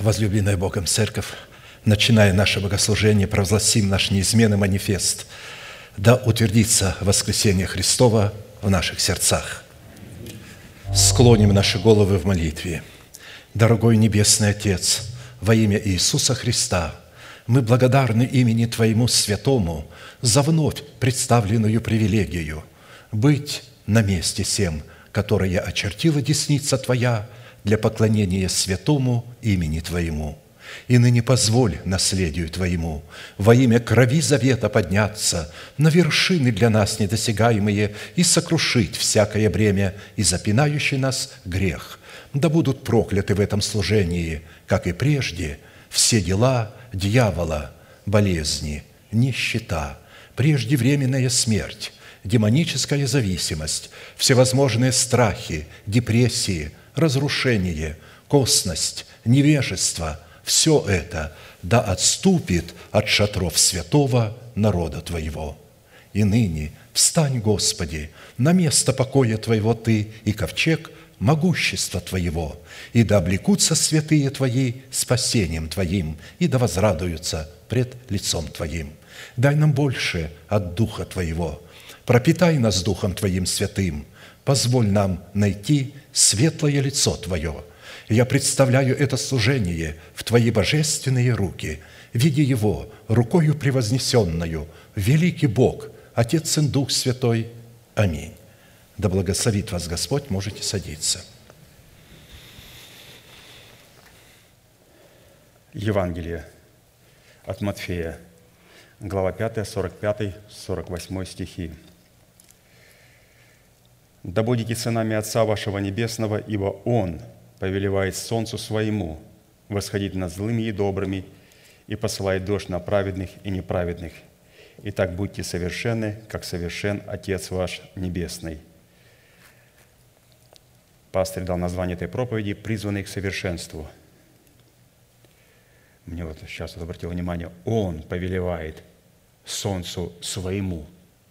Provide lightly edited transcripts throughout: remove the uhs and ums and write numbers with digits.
Возлюбленная Богом Церковь, начиная наше богослужение, провозгласим наш неизменный манифест. Да утвердится воскресение Христова в наших сердцах. Склоним наши головы в молитве. Дорогой Небесный Отец, во имя Иисуса Христа, мы благодарны имени Твоему Святому за вновь представленную привилегию быть на месте сем, которое очертила десница Твоя для поклонения святому имени Твоему. И ныне позволь наследию Твоему во имя крови завета подняться на вершины для нас недосягаемые и сокрушить всякое бремя и запинающий нас грех. Да будут прокляты в этом служении, как и прежде, все дела дьявола, болезни, нищета, преждевременная смерть, демоническая зависимость, всевозможные страхи, депрессии, разрушение, косность, невежество – все это да отступит от шатров святого народа Твоего. И ныне встань, Господи, на место покоя Твоего Ты и ковчег могущества Твоего, и да облекутся святые Твои спасением Твоим, и да возрадуются пред лицом Твоим. Дай нам больше от Духа Твоего, пропитай нас Духом Твоим святым, позволь нам найти светлое лицо Твое. Я представляю это служение в Твои божественные руки, видя его рукою превознесенную, великий Бог, Отец, Сын, Дух Святой. Аминь. Да благословит вас Господь, можете садиться. Евангелие от Матфея, глава 5, 45, 48 стихи. «Да будете сынами Отца вашего Небесного, ибо Он повелевает солнцу своему восходить над злыми и добрыми и посылает дождь на праведных и неправедных. Итак, будьте совершенны, как совершен Отец ваш Небесный». Пастырь дал название этой проповеди «Призванный к совершенству». Мне вот сейчас обратил внимание, Он повелевает солнцу своему.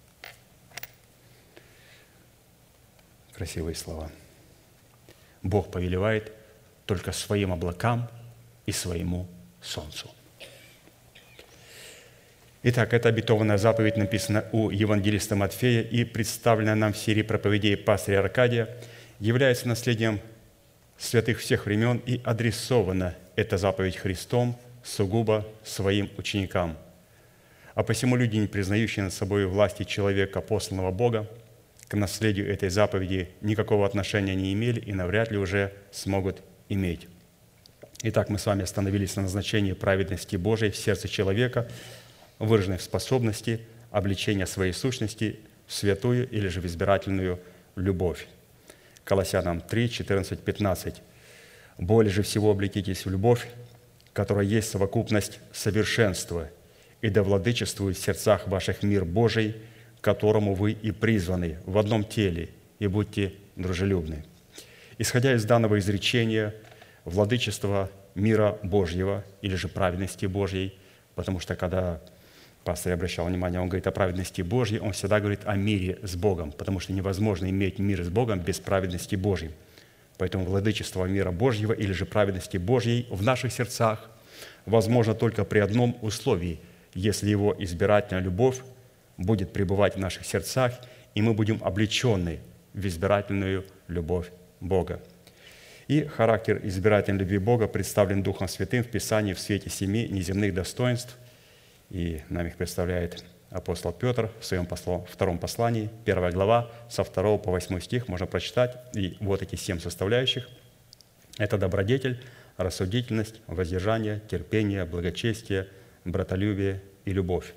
Красивые слова. Бог повелевает только своим облакам и своему солнцу. Итак, эта обетованная заповедь написана у евангелиста Матфея и представлена нам в серии проповедей пастыря Аркадия, является наследием святых всех времен и адресована эта заповедь Христом сугубо своим ученикам. А посему люди, не признающие над собой власти человека, посланного Бога, к наследию этой заповеди никакого отношения не имели и навряд ли уже смогут иметь. Итак, мы с вами остановились на назначении праведности Божией в сердце человека, выраженной в способности обличения своей сущности в святую или же в избирательную любовь. Колоссянам 3, 14, 15. «Более же всего облекитесь в любовь, которая есть совокупность совершенства, и да владычествует в сердцах ваших мир Божий, к которому вы и призваны в одном теле, и будьте дружелюбны». Исходя из данного изречения, владычество мира Божьего или же праведности Божьей, потому что когда пастор обращал внимание, он говорит о праведности Божьей, он всегда говорит о мире с Богом, потому что невозможно иметь мир с Богом без праведности Божьей. Поэтому владычество мира Божьего или же праведности Божьей в наших сердцах возможно только при одном условии, если Его избирательная любовь будет пребывать в наших сердцах, и мы будем облечены в избирательную любовь Бога. И характер избирательной любви Бога представлен Духом Святым в Писании в свете 7 неземных достоинств, и нам их представляет апостол Петр в своем втором послании, 1 глава, со 2 по 8 стих можно прочитать. И вот эти 7 составляющих – это добродетель, рассудительность, воздержание, терпение, благочестие, братолюбие и любовь.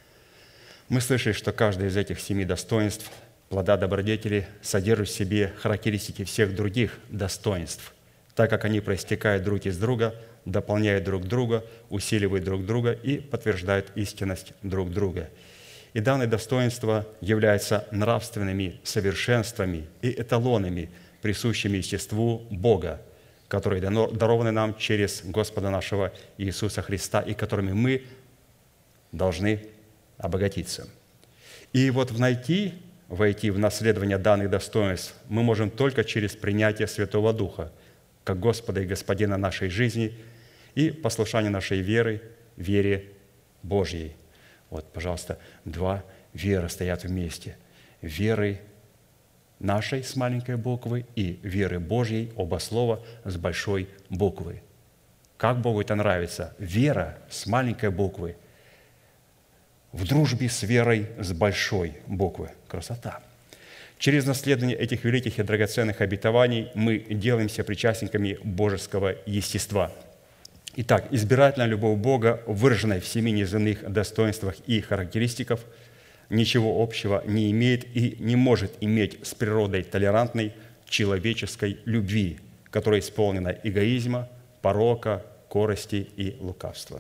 Мы слышали, что каждое из этих 7 достоинств, плода добродетели, содержит в себе характеристики всех других достоинств, так как они проистекают друг из друга, дополняют друг друга, усиливают друг друга и подтверждают истинность друг друга. И данные достоинства являются нравственными совершенствами и эталонами, присущими естеству Бога, которые дарованы нам через Господа нашего Иисуса Христа и которыми мы должны обогатиться. И вот войти в наследование данных достоинств мы можем только через принятие Святого Духа, как Господа и Господина нашей жизни, и послушание нашей веры вере Божьей. Вот, пожалуйста, два веры стоят вместе. Веры нашей с маленькой буквы и веры Божьей, оба слова с большой буквы. Как Богу это нравится? Вера с маленькой буквы в дружбе с верой с большой буквы. Красота! Через наследование этих великих и драгоценных обетований мы делаемся причастниками божеского естества. Итак, избирательная любовь Бога, выраженная в 7 неземных достоинствах и характеристиках, ничего общего не имеет и не может иметь с природой толерантной человеческой любви, которая исполнена эгоизма, порока, корости и лукавства,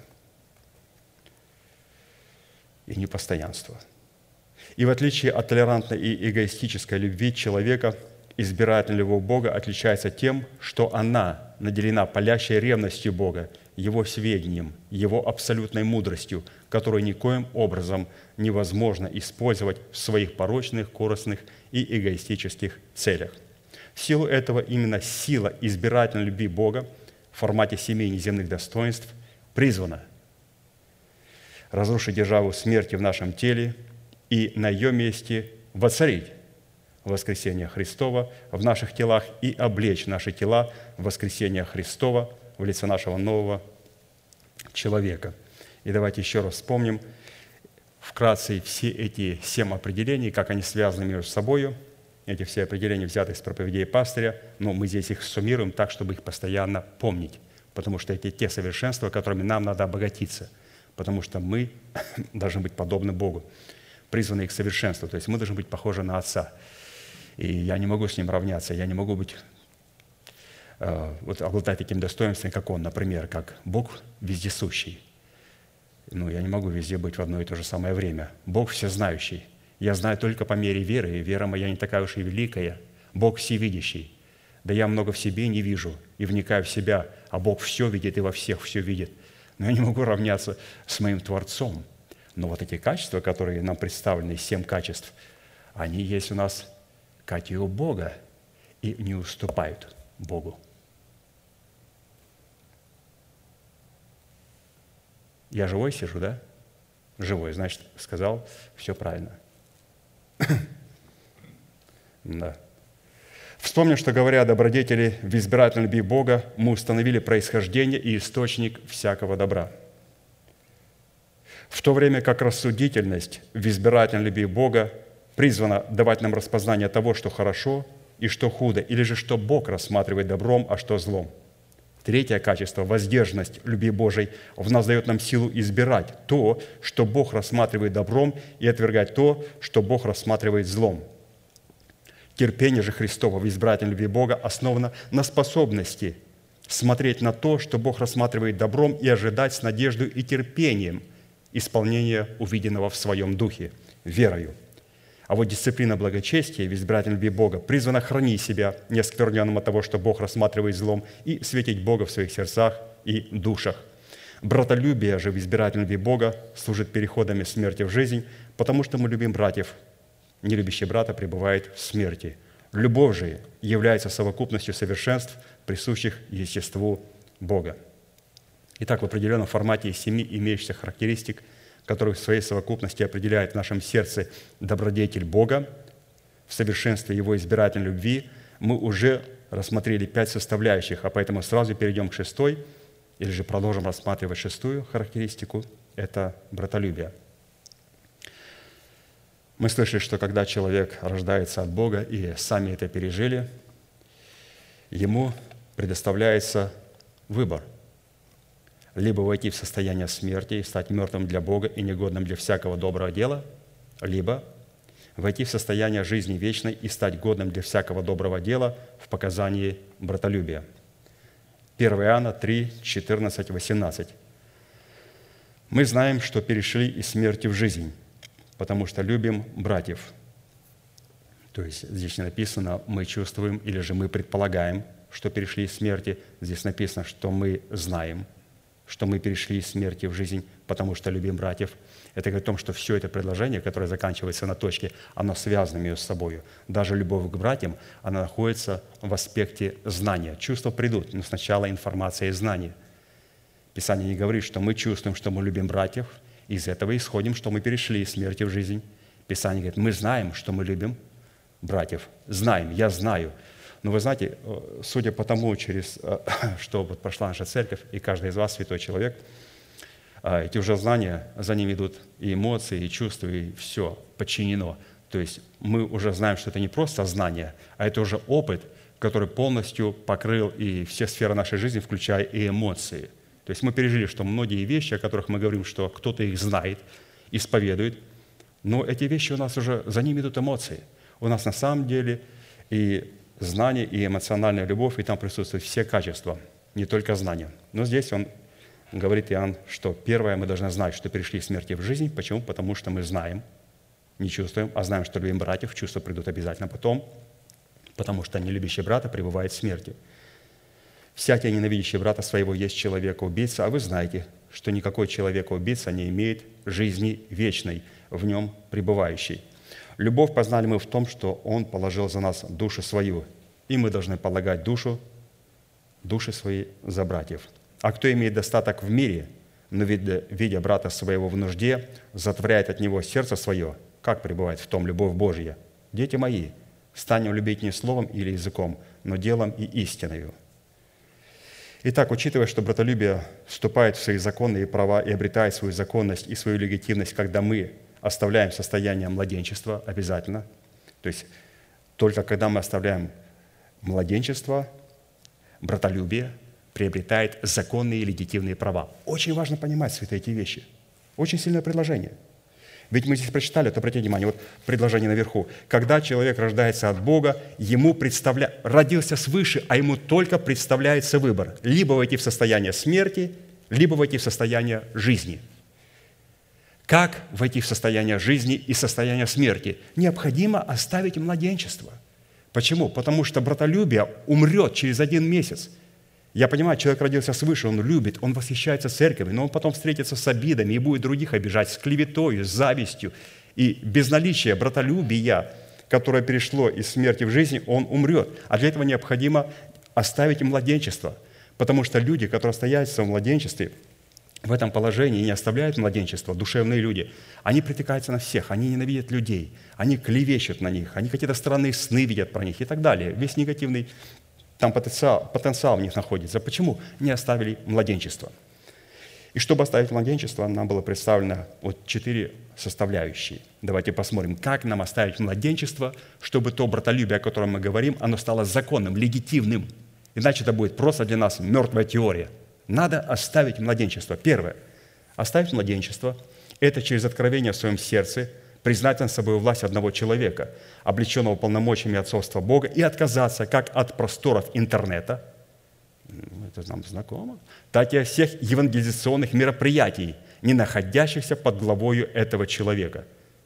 и непостоянства. И в отличие от толерантной и эгоистической любви человека, избирательная любовь Бога отличается тем, что она наделена палящей ревностью Бога, Его сведением, Его абсолютной мудростью, которую никоим образом невозможно использовать в своих порочных, корыстных и эгоистических целях. В силу этого именно сила избирательной любви Бога в формате 7 неземных достоинств призвана разрушить державу смерти в нашем теле и на ее месте воцарить воскресение Христова в наших телах и облечь наши тела в воскресение Христова в лице нашего нового человека. И давайте еще раз вспомним вкратце все эти 7 определений, как они связаны между собой. Эти все определения взяты из проповедей пастыря, но мы здесь их суммируем так, чтобы их постоянно помнить, потому что это те совершенства, которыми нам надо обогатиться, потому что мы должны быть подобны Богу, призваны к совершенству, то есть мы должны быть похожи на Отца. И я не могу с Ним равняться, я не могу быть, обладать таким достоинством, как Он, например, как Бог вездесущий. Я не могу везде быть в одно и то же самое время. Бог всезнающий. Я знаю только по мере веры, и вера моя не такая уж и великая. Бог всевидящий. Да я много в себе не вижу и вникаю в себя, а Бог все видит и во всех все видит. Но я не могу равняться с моим Творцом. Но вот эти качества, которые нам представлены, 7 качеств, они есть у нас, как и у Бога, и не уступают Богу. Я живой сижу, да? Живой, значит, сказал все правильно. Да. Вспомним, что, говоря о добродетели в избирательной любви Бога, мы установили происхождение и источник всякого добра. В то время как рассудительность в избирательной любви Бога призвана давать нам распознание того, что хорошо и что худо, или же что Бог рассматривает добром, а что злом. Третье качество, воздержанность любви Божией, в нас дает нам силу избирать то, что Бог рассматривает добром, и отвергать то, что Бог рассматривает злом. Терпение же Христово в избирательной любви Бога основано на способности смотреть на то, что Бог рассматривает добром, и ожидать с надеждой и терпением исполнения увиденного в своем духе, верою. А вот дисциплина благочестия в избирательной любви Бога призвана хранить себя неоскверненным от того, что Бог рассматривает злом, и светить Бога в своих сердцах и душах. Братолюбие же в избирательной любви Бога служит переходами смерти в жизнь, потому что мы любим братьев. Нелюбящий брата пребывает в смерти. Любовь же является совокупностью совершенств, присущих естеству Бога. Итак, в определенном формате из 7 имеющихся характеристик, которые в своей совокупности определяют в нашем сердце добродетель Бога, в совершенстве Его избирательной любви, мы уже рассмотрели 5 составляющих, а поэтому сразу перейдем к 6-й, или же продолжим рассматривать 6-ю характеристику – это братолюбие. Мы слышали, что когда человек рождается от Бога и сами это пережили, ему предоставляется выбор – либо войти в состояние смерти и стать мертвым для Бога и негодным для всякого доброго дела, либо войти в состояние жизни вечной и стать годным для всякого доброго дела в показании братолюбия. 1 Иоанна 3, 14, 18. «Мы знаем, что перешли из смерти в жизнь, потому что любим братьев». То есть здесь не написано «мы чувствуем» или же «мы предполагаем, что перешли из смерти». Здесь написано, что мы знаем, что мы перешли из смерти в жизнь, потому что любим братьев. Это говорит о том, что все это предложение, которое заканчивается на точке, оно связано между собой. Даже любовь к братьям, она находится в аспекте знания. Чувства придут, но сначала информация и знание. Писание не говорит, что мы чувствуем, что мы любим братьев, из этого исходим, что мы перешли из смерти в жизнь. Писание говорит, мы знаем, что мы любим братьев. Знаем, я знаю. Но вы знаете, судя по тому, что вот прошла наша церковь, и каждый из вас святой человек, эти уже знания, за ними идут и эмоции, и чувства, и все подчинено. То есть мы уже знаем, что это не просто знание, а это уже опыт, который полностью покрыл и все сферы нашей жизни, включая и эмоции. То есть мы пережили, что многие вещи, о которых мы говорим, что кто-то их знает, исповедует, но эти вещи у нас уже, за ними идут эмоции. У нас на самом деле и знание, и эмоциональная любовь, и там присутствуют все качества, не только знания. Но здесь он говорит, Иоанн, что первое, мы должны знать, что перешли из смерти в жизнь. Почему? Потому что мы знаем, не чувствуем, а знаем, что любим братьев, чувства придут обязательно потом, потому что нелюбящий брата пребывает в смерти. Всякий, ненавидящий брата своего, есть человека-убийца, а вы знаете, что никакой человека-убийца не имеет жизни вечной, в нем пребывающей. Любовь познали мы в том, что Он положил за нас душу свою, и мы должны полагать души свои за братьев. А кто имеет достаток в мире, но, видя брата своего в нужде, затворяет от него сердце свое, как пребывает в том любовь Божья? Дети мои, станем любить не словом или языком, но делом и истиною. Итак, учитывая, что братолюбие вступает в свои законные права и обретает свою законность и свою легитимность, когда мы оставляем состояние младенчества обязательно, то есть только когда мы оставляем младенчество, братолюбие приобретает законные и легитимные права. Очень важно понимать, святые, эти вещи. Очень сильное предложение. Ведь мы здесь прочитали, то обратите внимание, вот предложение наверху. Когда человек рождается от Бога, ему родился свыше, а ему только представляется выбор. Либо войти в состояние смерти, либо войти в состояние жизни. Как войти в состояние жизни и состояние смерти? Необходимо оставить младенчество. Почему? Потому что братолюбие умрет через 1 месяц. Я понимаю, человек родился свыше, он любит, он восхищается церковью, но он потом встретится с обидами и будет других обижать, с клеветой, с завистью. И без наличия братолюбия, которое перешло из смерти в жизнь, он умрет. А для этого необходимо оставить младенчество. Потому что люди, которые стоят в младенчестве, в этом положении и не оставляют младенчество, душевные люди, они притыкаются на всех, они ненавидят людей, они клевещут на них, они какие-то странные сны видят про них и так далее. Весь негативный там потенциал в них находится. Почему не оставили младенчество? И чтобы оставить младенчество, нам было представлено 4 составляющие. Давайте посмотрим, как нам оставить младенчество, чтобы то братолюбие, о котором мы говорим, оно стало законным, легитимным. Иначе это будет просто для нас мертвая теория. Надо оставить младенчество. Первое. Оставить младенчество – это через откровение в своем сердце признать над собой власть одного человека, облеченного полномочиями отцовства Бога, и отказаться как от просторов интернета, это нам знакомо, так и от всех евангелизационных мероприятий, не находящихся под главою этого человека.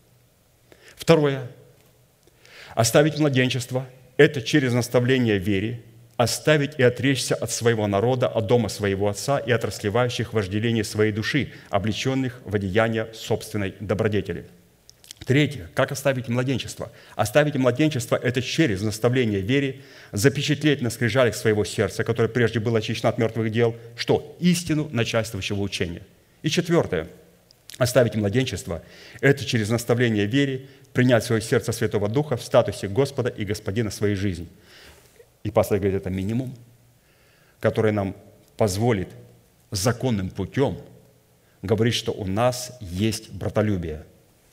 Второе. Оставить младенчество – это через наставление в вере, оставить и отречься от своего народа, от дома своего отца и от расслевающих вожделений своей души, облеченных в одеяние собственной добродетели. Третье. Как оставить младенчество? Оставить младенчество – это через наставление в вере, запечатлеть на скрижалях своего сердца, которое прежде было очищено от мертвых дел, что? Истину начальствующего учения. И четвертое. Оставить младенчество – это через наставление в вере принять в свое сердце Святого Духа в статусе Господа и Господина своей жизни. И пастор говорит, это минимум, который нам позволит законным путем говорить, что у нас есть братолюбие.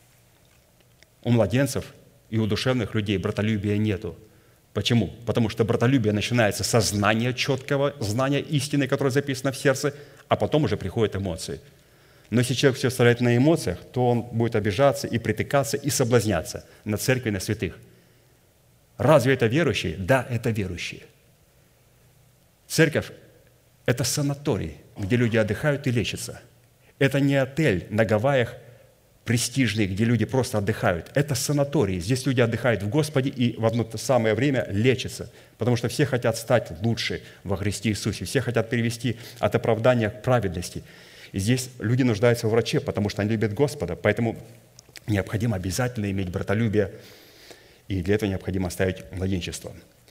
У младенцев и у душевных людей братолюбия нету. Почему? Потому что братолюбие начинается со знания, четкого знания истины, которое записано в сердце, а потом уже приходят эмоции. Но если человек все оставляет на эмоциях, то он будет обижаться и притыкаться, и соблазняться на церкви, на святых. Разве это верующие? Да, это верующие. Церковь – это санаторий, где люди отдыхают и лечатся. Это не отель на Гавайях, престижный, где люди просто отдыхают. Это санаторий. Здесь люди отдыхают в Господе и в одно самое время лечатся, потому что все хотят стать лучше во Христе Иисусе, все хотят перевести от оправдания к праведности. И здесь люди нуждаются в враче, потому что они любят Господа, поэтому необходимо обязательно иметь братолюбие, и для этого необходимо оставить младенчество.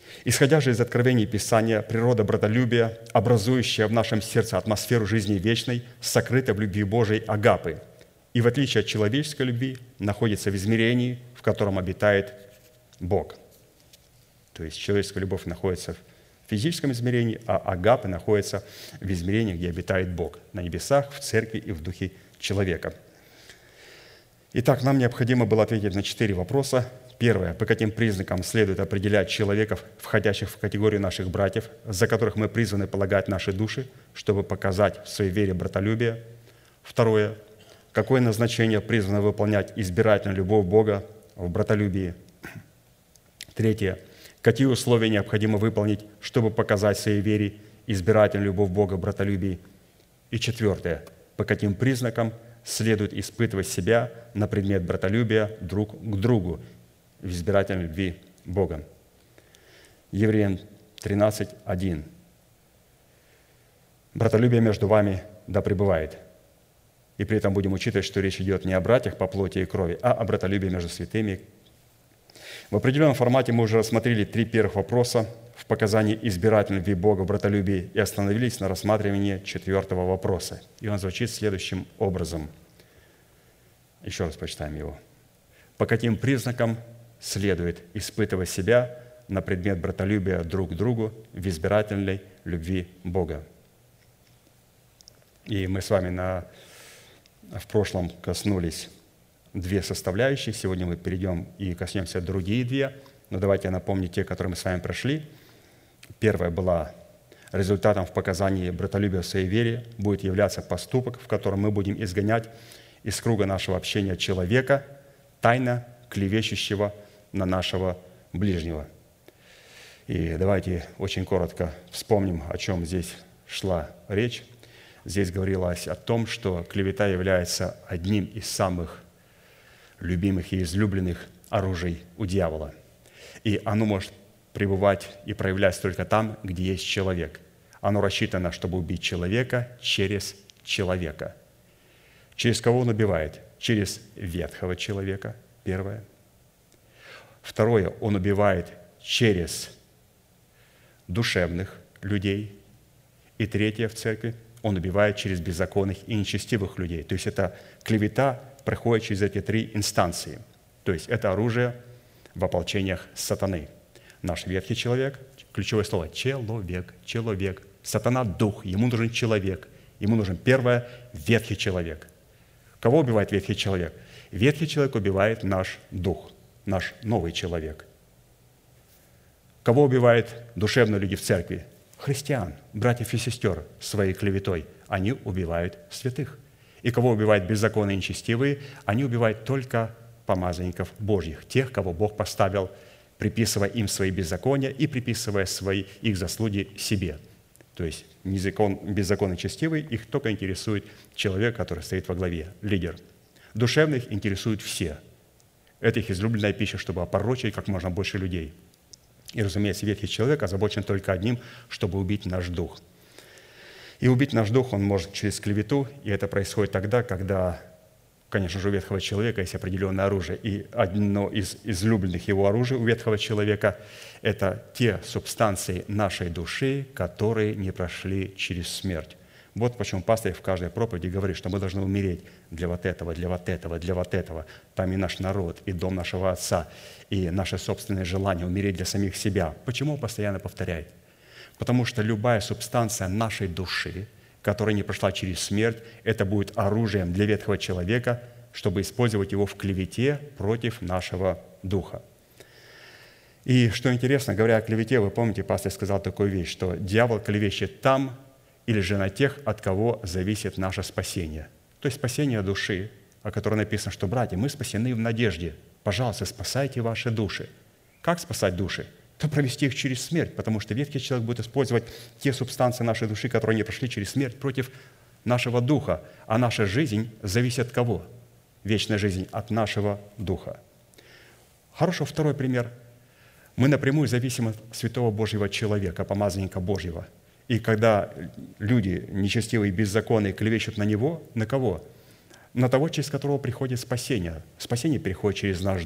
Исходя же из откровений Писания, природа братолюбия, образующая в нашем сердце атмосферу жизни вечной, сокрыта в любви Божией агапы, и в отличие от человеческой любви находится в измерении, в котором обитает Бог. То есть человеческая любовь находится в физическом измерении, а агапы находится в измерении, где обитает Бог, на небесах, в церкви и в духе человека. Итак, нам необходимо было ответить на 4 вопроса. Первое. По каким признакам следует определять человеков, входящих в категорию наших братьев, за которых мы призваны полагать наши души, чтобы показать в своей вере братолюбие? Второе. Какое назначение призвано выполнять избирательную любовь Бога в братолюбии? Третье. Какие условия необходимо выполнить, чтобы показать в своей вере избирательную любовь Бога в братолюбии? И четвертое. По каким признакам следует испытывать себя на предмет братолюбия друг к другу в избирательной любви Бога? Евреям 13:1. «Братолюбие между вами да пребывает». И при этом будем учитывать, что речь идет не о братьях по плоти и крови, а о братолюбии между святыми. В определенном формате мы уже рассмотрели 3 первых вопроса в показании избирательной любви Бога в братолюбии и остановились на рассматривании 4-го вопроса. И он звучит следующим образом. Еще раз прочитаем его. По каким признакам следует испытывать себя на предмет братолюбия друг к другу в избирательной любви Бога? И мы с вами в прошлом коснулись 2 составляющих. Сегодня мы перейдем и коснемся другие 2. Но давайте я напомню те, которые мы с вами прошли. Первая была результатом в показании братолюбия в своей вере будет являться поступок, в котором мы будем изгонять из круга нашего общения человека, тайно клевещущего на нашего ближнего. И давайте очень коротко вспомним, о чем здесь шла речь. Здесь говорилось о том, что клевета является одним из самых любимых и излюбленных оружий у дьявола. И оно может пребывать и проявляться только там, где есть человек. Оно рассчитано, чтобы убить человека через человека. Через кого он убивает? Через ветхого человека, первое. Второе, он убивает через душевных людей. И третье в церкви, он убивает через беззаконных и нечестивых людей. То есть это клевета проходит через эти 3 инстанции. То есть это оружие в ополчениях сатаны. Наш ветхий человек, ключевое слово – человек, человек. Сатана – дух, ему нужен человек. Ему нужен первое – ветхий человек. Кого убивает ветхий человек? Ветхий человек убивает наш дух, наш новый человек. Кого убивают душевные люди в церкви? Христиан, братьев и сестер своей клеветой. Они убивают святых. И кого убивают беззаконные и нечестивые? Они убивают только помазанников Божьих, тех, кого Бог поставил, приписывая им свои беззакония и приписывая их заслуги себе. То есть беззаконно нечестивый, их только интересует человек, который стоит во главе, лидер. Душевных интересуют все. Это их излюбленная пища, чтобы опорочить как можно больше людей. И, разумеется, ветхий человек озабочен только одним, чтобы убить наш дух. И убить наш дух он может через клевету, и это происходит тогда, когда, конечно же, у ветхого человека есть определенное оружие. И одно из излюбленных его оружий у ветхого человека – это те субстанции нашей души, которые не прошли через смерть. Вот почему пастырь в каждой проповеди говорит, что мы должны умереть для вот этого, для вот этого, для вот этого. Там и наш народ, и дом нашего Отца, и наше собственное желание умереть для самих себя. Почему он постоянно повторяет? Потому что любая субстанция нашей души, которая не прошла через смерть, это будет оружием для ветхого человека, чтобы использовать его в клевете против нашего духа. И что интересно, говоря о клевете, вы помните, пастор сказал такую вещь, что дьявол клевещет там, или же на тех, от кого зависит наше спасение. То есть спасение души, о которой написано, что, братья, мы спасены в надежде. Пожалуйста, спасайте ваши души. Как спасать души? То провести их через смерть, потому что ветхий человек будет использовать те субстанции нашей души, которые не прошли через смерть, против нашего духа. А наша жизнь зависит от кого? Вечная жизнь от нашего духа. Хорошо, второй пример. Мы напрямую зависим от святого Божьего человека, помазанника Божьего. И когда люди нечестивые, беззаконные клевещут на него, на кого? На того, через которого приходит спасение. Спасение приходит через наш дух,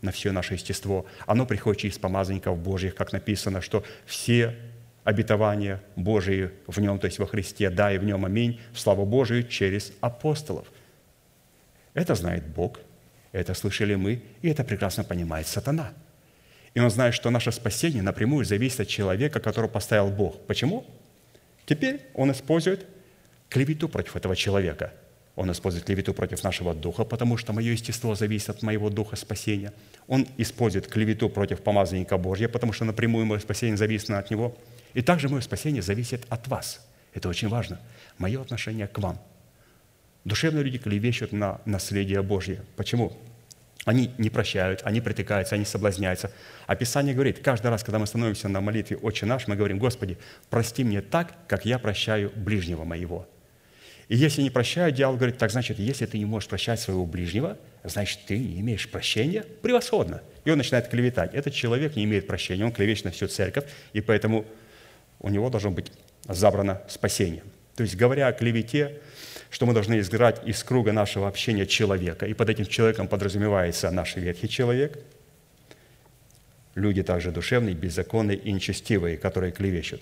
на все наше естество. Оно приходит через помазанников Божьих, как написано, что все обетования Божии в Нем, то есть во Христе, да, и в Нем аминь, в славу Божию через апостолов. Это знает Бог, это слышали мы, и это прекрасно понимает сатана. И он знает, что наше спасение напрямую зависит от человека, которого поставил Бог. Почему? Теперь он использует клевету против этого человека. Он использует клевету против нашего духа, потому что мое естество зависит от моего духа спасения. Он использует клевету против помазанника Божьего, потому что напрямую мое спасение зависит от него. И также мое спасение зависит от вас. Это очень важно. Мое отношение к вам. Душевные люди клевещут на наследие Божье. Почему? Они не прощают, они притыкаются, они соблазняются. А Писание говорит, каждый раз, когда мы становимся на молитве «Отче наш», мы говорим: «Господи, прости мне так, как я прощаю ближнего моего». И если не прощаю, дьявол говорит: так значит, если ты не можешь прощать своего ближнего, значит, ты не имеешь прощения? Превосходно. И он начинает клеветать. Этот человек не имеет прощения, он клевещет на всю церковь, и поэтому у него должно быть забрано спасение. То есть, говоря о клевете, что мы должны изгнать из круга нашего общения человека, и под этим человеком подразумевается наш ветхий человек, люди также душевные, беззаконные и нечестивые, которые клевещут.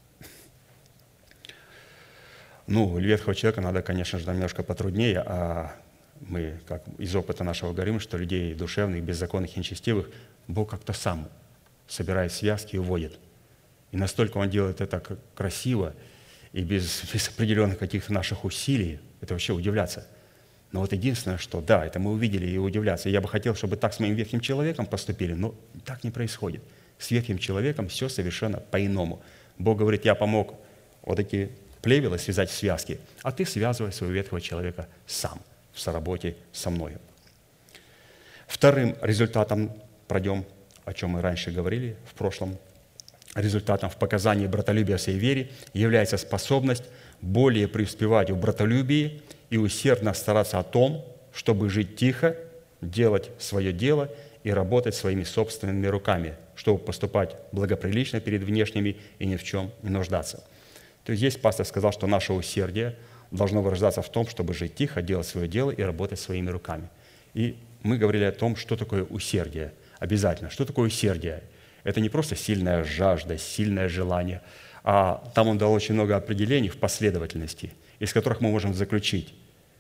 Ветхого человека надо, конечно же, немножко потруднее, а мы, как из опыта нашего говорим, что людей душевных, беззаконных и нечестивых Бог как-то сам собирает связки и уводит. И настолько Он делает это красиво и без определенных каких-то наших усилий, это вообще удивляться. Но вот единственное, что да, это мы увидели и удивляться. И я бы хотел, чтобы так с моим ветхим человеком поступили, но так не происходит. С ветхим человеком все совершенно по-иному. Бог говорит: я помог вот эти плевела связать в связки, а ты связывай своего ветхого человека сам в соработе со мною. Вторым результатом, пройдем, о чем мы раньше говорили в прошлом, результатом в показании братолюбия всей вере является способность более преуспевать в братолюбии и усердно стараться о том, чтобы жить тихо, делать свое дело и работать своими собственными руками, чтобы поступать благоприлично перед внешними и ни в чем не нуждаться. То есть здесь пастор сказал, что наше усердие должно выражаться в том, чтобы жить тихо, делать свое дело и работать своими руками. И мы говорили о том, что такое усердие. Обязательно. Что такое усердие? Это не просто сильная жажда, сильное желание, а там он дал очень много определений в последовательности, из которых мы можем заключить,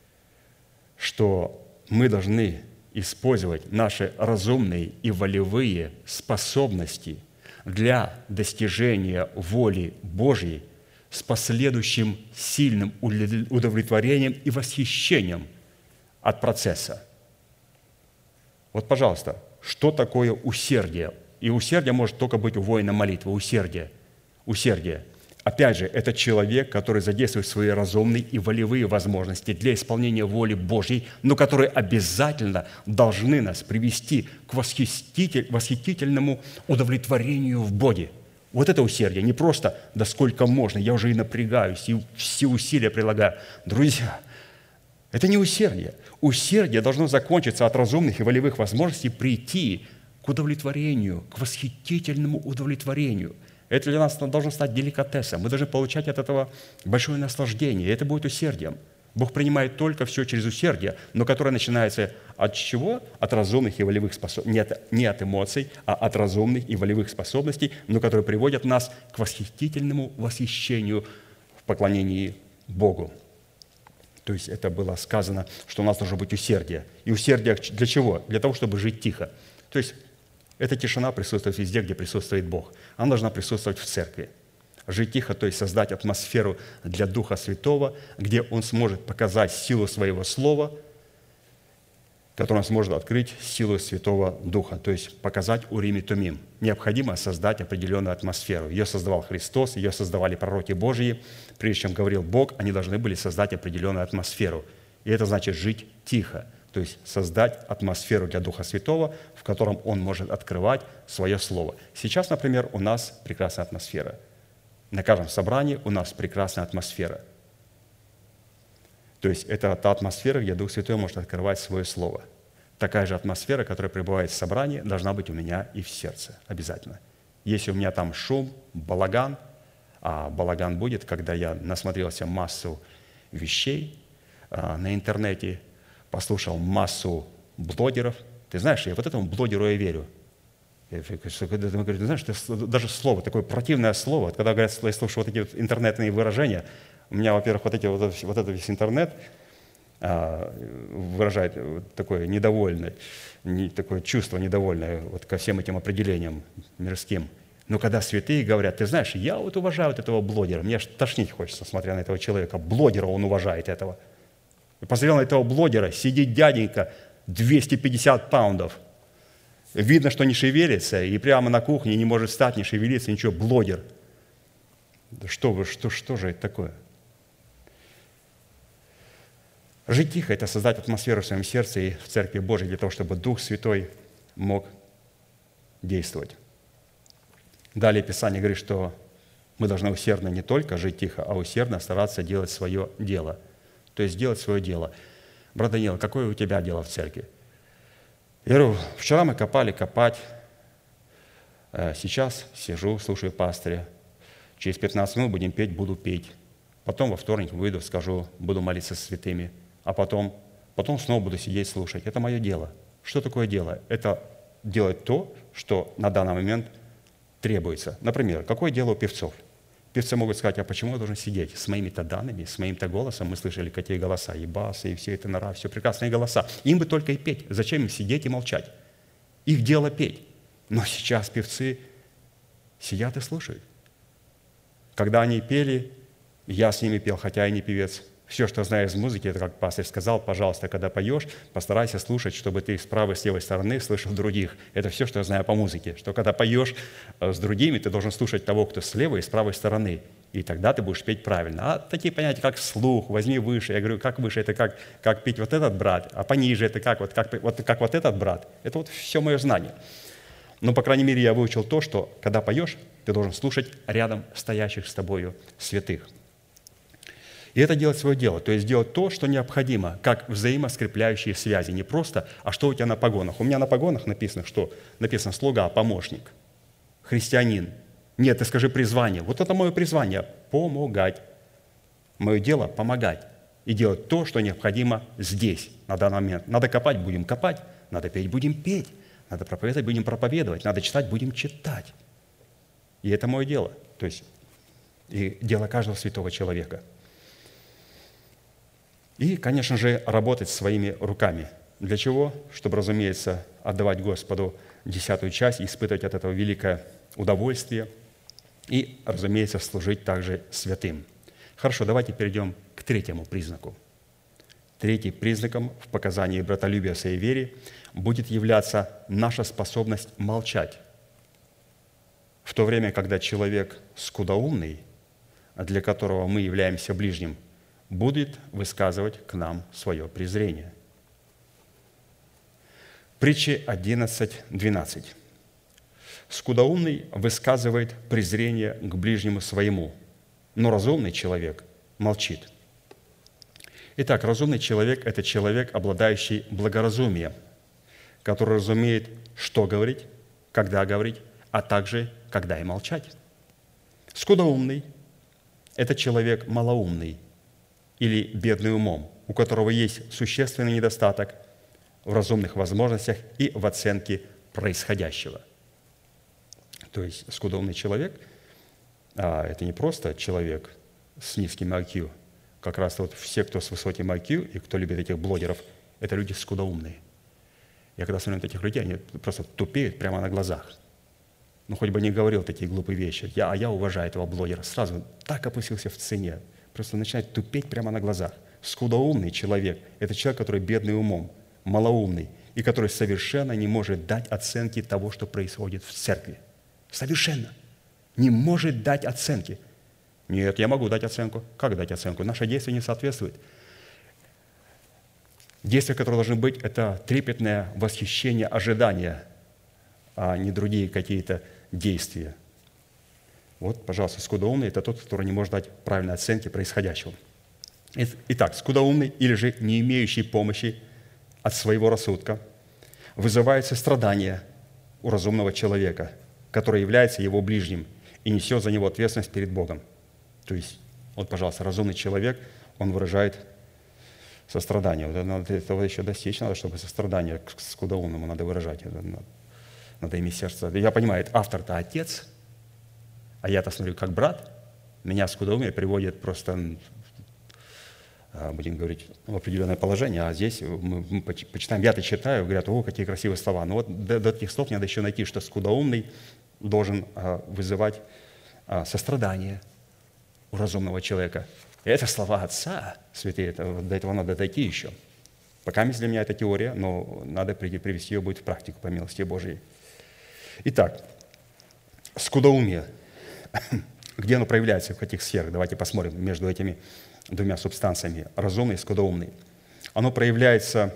что мы должны использовать наши разумные и волевые способности для достижения воли Божьей с последующим сильным удовлетворением и восхищением от процесса. Вот, пожалуйста, что такое усердие? И усердие может только быть у воина молитвы. Усердие. Усердие. Опять же, это человек, который задействует свои разумные и волевые возможности для исполнения воли Божьей, но которые обязательно должны нас привести к восхитительному удовлетворению в Боге. Вот это усердие. Не просто «да сколько можно, я уже и напрягаюсь, и все усилия прилагаю». Друзья, это не усердие. Усердие должно закончиться от разумных и волевых возможностей прийти к удовлетворению, к восхитительному удовлетворению. Это для нас должно стать деликатесом. Мы должны получать от этого большое наслаждение. И это будет усердием. Бог принимает только все через усердие, но которое начинается от чего? От разумных и волевых способностей. Не от эмоций, а от разумных и волевых способностей, но которые приводят нас к восхитительному восхищению в поклонении Богу. То есть это было сказано, что у нас должно быть усердие. И усердие для чего? Для того, чтобы жить тихо. То есть эта тишина присутствует везде, где присутствует Бог. Она должна присутствовать в церкви. Жить тихо, то есть создать атмосферу для Духа Святого, где Он сможет показать силу Своего Слова, которое Он сможет открыть силу Святого Духа, то есть показать Урим и Тумим. Необходимо создать определенную атмосферу. Ее создавал Христос, ее создавали пророки Божьи. Прежде чем говорил Бог, они должны были создать определенную атмосферу. И это значит жить тихо, то есть создать атмосферу для Духа Святого, в котором Он может открывать Свое Слово. Сейчас, например, у нас прекрасная атмосфера. На каждом собрании у нас прекрасная атмосфера. То есть это та атмосфера, где Дух Святой может открывать Свое Слово. Такая же атмосфера, которая пребывает в собрании, должна быть у меня и в сердце. Обязательно. Если у меня там шум, балаган, а балаган будет, когда я насмотрелся массу вещей на интернете, послушал массу блогеров, Ты знаешь, я вот этому блогеру я верю. Я говорю, ты знаешь, даже слово, такое противное слово, когда говорят, я слушаю вот такие вот интернетные выражения, у меня, во-первых, вот этот весь интернет выражает такое недовольное, такое чувство недовольное вот ко всем этим определениям мирским. Но когда святые говорят, ты знаешь, я вот уважаю вот этого блогера, мне аж тошнить хочется, смотря на этого человека. Блогера он уважает этого. И посмотрел на этого блогера, сидит дяденька, 250 паундов. Видно, что не шевелится, и прямо на кухне не может встать, не шевелиться, ничего, блогер. Да что же это такое? Жить тихо – это создать атмосферу в своем сердце и в Церкви Божией для того, чтобы Дух Святой мог действовать. Далее Писание говорит, что мы должны усердно не только жить тихо, а усердно стараться делать свое дело. То есть делать свое дело. Брат Даниил, какое у тебя дело в церкви? Я говорю, вчера мы копать, сейчас сижу, слушаю пастыря. Через 15 минут будем петь, буду петь. Потом во вторник выйду, скажу, буду молиться со святыми. А потом снова буду сидеть, слушать. Это мое дело. Что такое дело? Это делать то, что на данный момент требуется. Например, какое дело у певцов? Певцы могут сказать, а почему я должен сидеть? С моими-то данными, с моим-то голосом. Мы слышали, какие голоса, и басы, и все это нора, все прекрасные голоса. Им бы только и петь. Зачем им сидеть и молчать? Их дело петь. Но сейчас певцы сидят и слушают. Когда они пели, я с ними пел, хотя я не певец. Все, что знаю из музыки, это как пастырь сказал, пожалуйста, когда поешь, постарайся слушать, чтобы ты с правой, с левой стороны слышал других. Это все, что я знаю по музыке. Что когда поешь с другими, ты должен слушать того, кто с левой и с правой стороны. И тогда ты будешь петь правильно. А такие понятия, как слух, возьми выше. Я говорю, как выше, это как петь вот этот брат, а пониже это как вот этот брат. Это вот все мое знание. Но, по крайней мере, я выучил то, что когда поешь, ты должен слушать рядом стоящих с тобою святых. И это делать свое дело, то есть делать то, что необходимо, как взаимоскрепляющие связи. Не просто, а что у тебя на погонах. У меня на погонах написано, что? Написано слуга, помощник, христианин. Нет, ты скажи призвание. Вот это мое призвание – помогать. Мое дело – помогать и делать то, что необходимо здесь, на данный момент. Надо копать – будем копать, надо петь – будем петь, надо проповедовать – будем проповедовать, надо читать – будем читать. И это мое дело, то есть и дело каждого святого человека. И, конечно же, работать своими руками. Для чего? Чтобы, разумеется, отдавать Господу 10-ю часть, испытывать от этого великое удовольствие и, разумеется, служить также святым. Хорошо, давайте перейдем к третьему признаку. Третьим признаком в показании братолюбия в своей вере будет являться наша способность молчать. В то время, когда человек скудоумный, для которого мы являемся ближним, будет высказывать к нам свое презрение. Притчи 11:12. Скудоумный высказывает презрение к ближнему своему, но разумный человек молчит. Итак, разумный человек – это человек, обладающий благоразумием, который разумеет, что говорить, когда говорить, а также когда и молчать. Скудоумный – это человек малоумный, или бедный умом, у которого есть существенный недостаток в разумных возможностях и в оценке происходящего. То есть скудоумный человек это не просто человек с низким IQ. Как раз вот все, кто с высоким IQ и кто любит этих блогеров, это люди скудоумные. Я когда смотрю на этих людей, они просто тупеют прямо на глазах. Ну, хоть бы не говорил такие глупые вещи. Я уважаю этого блогера. Сразу так опустился в цене. Просто начинает тупеть прямо на глазах. Скудоумный человек – это человек, который бедный умом, малоумный, и который совершенно не может дать оценки того, что происходит в церкви. Совершенно не может дать оценки. Нет, я могу дать оценку. Как дать оценку? Наше действие не соответствует. Действия, которые должны быть, это трепетное восхищение, ожидание, а не другие какие-то действия. Вот, пожалуйста, скудоумный – это тот, который не может дать правильной оценки происходящего. Итак, скудоумный или же не имеющий помощи от своего рассудка вызывает сострадание у разумного человека, который является его ближним и несет за него ответственность перед Богом. То есть, вот, пожалуйста, разумный человек, он выражает Сострадание. Вот этого еще достичь надо, чтобы сострадание к скудоумному надо выражать. Надо иметь сердце. Я понимаю, автор-то отец, а я-то смотрю, как брат. Меня скудоумие приводит просто, будем говорить, в определенное положение. А здесь мы почитаем, я-то читаю, говорят, о, какие красивые слова. Но вот до этих слов надо еще найти, что скудоумный должен вызывать сострадание у разумного человека. И это слова Отца, святые, до этого надо дойти еще. Пока для меня это теория, но надо привести ее будет в практику по милости Божьей. Итак, скудоумие. Где оно проявляется, в каких сферах? Давайте посмотрим между этими двумя субстанциями, разумный и скудоумный. Оно проявляется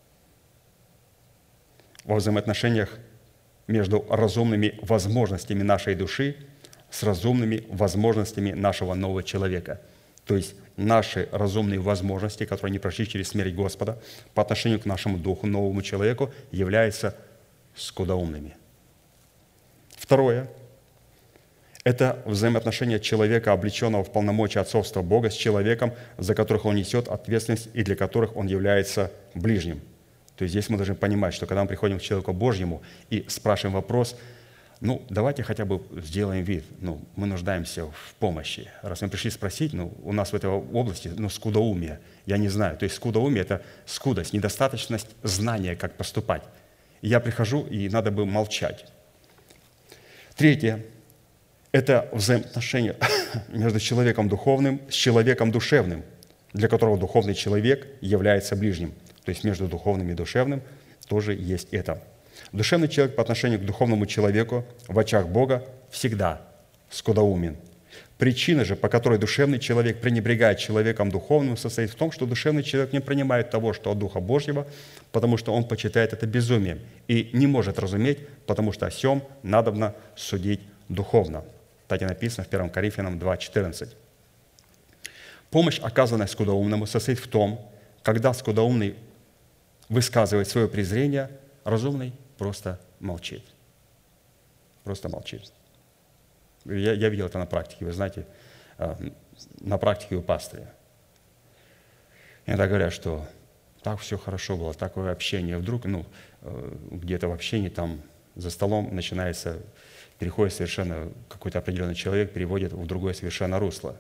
во взаимоотношениях между разумными возможностями нашей души с разумными возможностями нашего нового человека. То есть наши разумные возможности, которые не прошли через смерть Господа, по отношению к нашему духу, новому человеку, являются скудоумными. Второе – это взаимоотношения человека, облеченного в полномочия отцовства Бога, с человеком, за которых он несет ответственность и для которых он является ближним. То есть здесь мы должны понимать, что когда мы приходим к человеку Божьему и спрашиваем вопрос, давайте хотя бы сделаем вид, мы нуждаемся в помощи. Раз мы пришли спросить, у нас в этой области, скудоумие, я не знаю. То есть скудоумие – это скудость, недостаточность знания, как поступать. И я прихожу, и надо бы молчать. Третье – это взаимоотношения между человеком духовным с человеком душевным, для которого духовный человек является ближним. То есть между духовным и душевным тоже есть это. Душевный человек по отношению к духовному человеку в очах Бога всегда скудоумен. Причина же, по которой душевный человек пренебрегает человеком духовным, состоит в том, что душевный человек не принимает того, что от Духа Божьего, потому что он почитает это безумием и не может разуметь, потому что о сем надобно судить духовно. Так и написано в 1 Коринфянам 2:14. Помощь, оказанная скудоумному, состоит в том, когда скудоумный высказывает свое презрение, разумный просто молчит. Просто молчит. Я видел это на практике. Вы знаете, на практике у пастыря. Иногда говорят, что так все хорошо было, такое общение. Вдруг, где-то в общении там за столом начинается, переходит совершенно какой-то определенный человек, переводит в другое совершенно русло.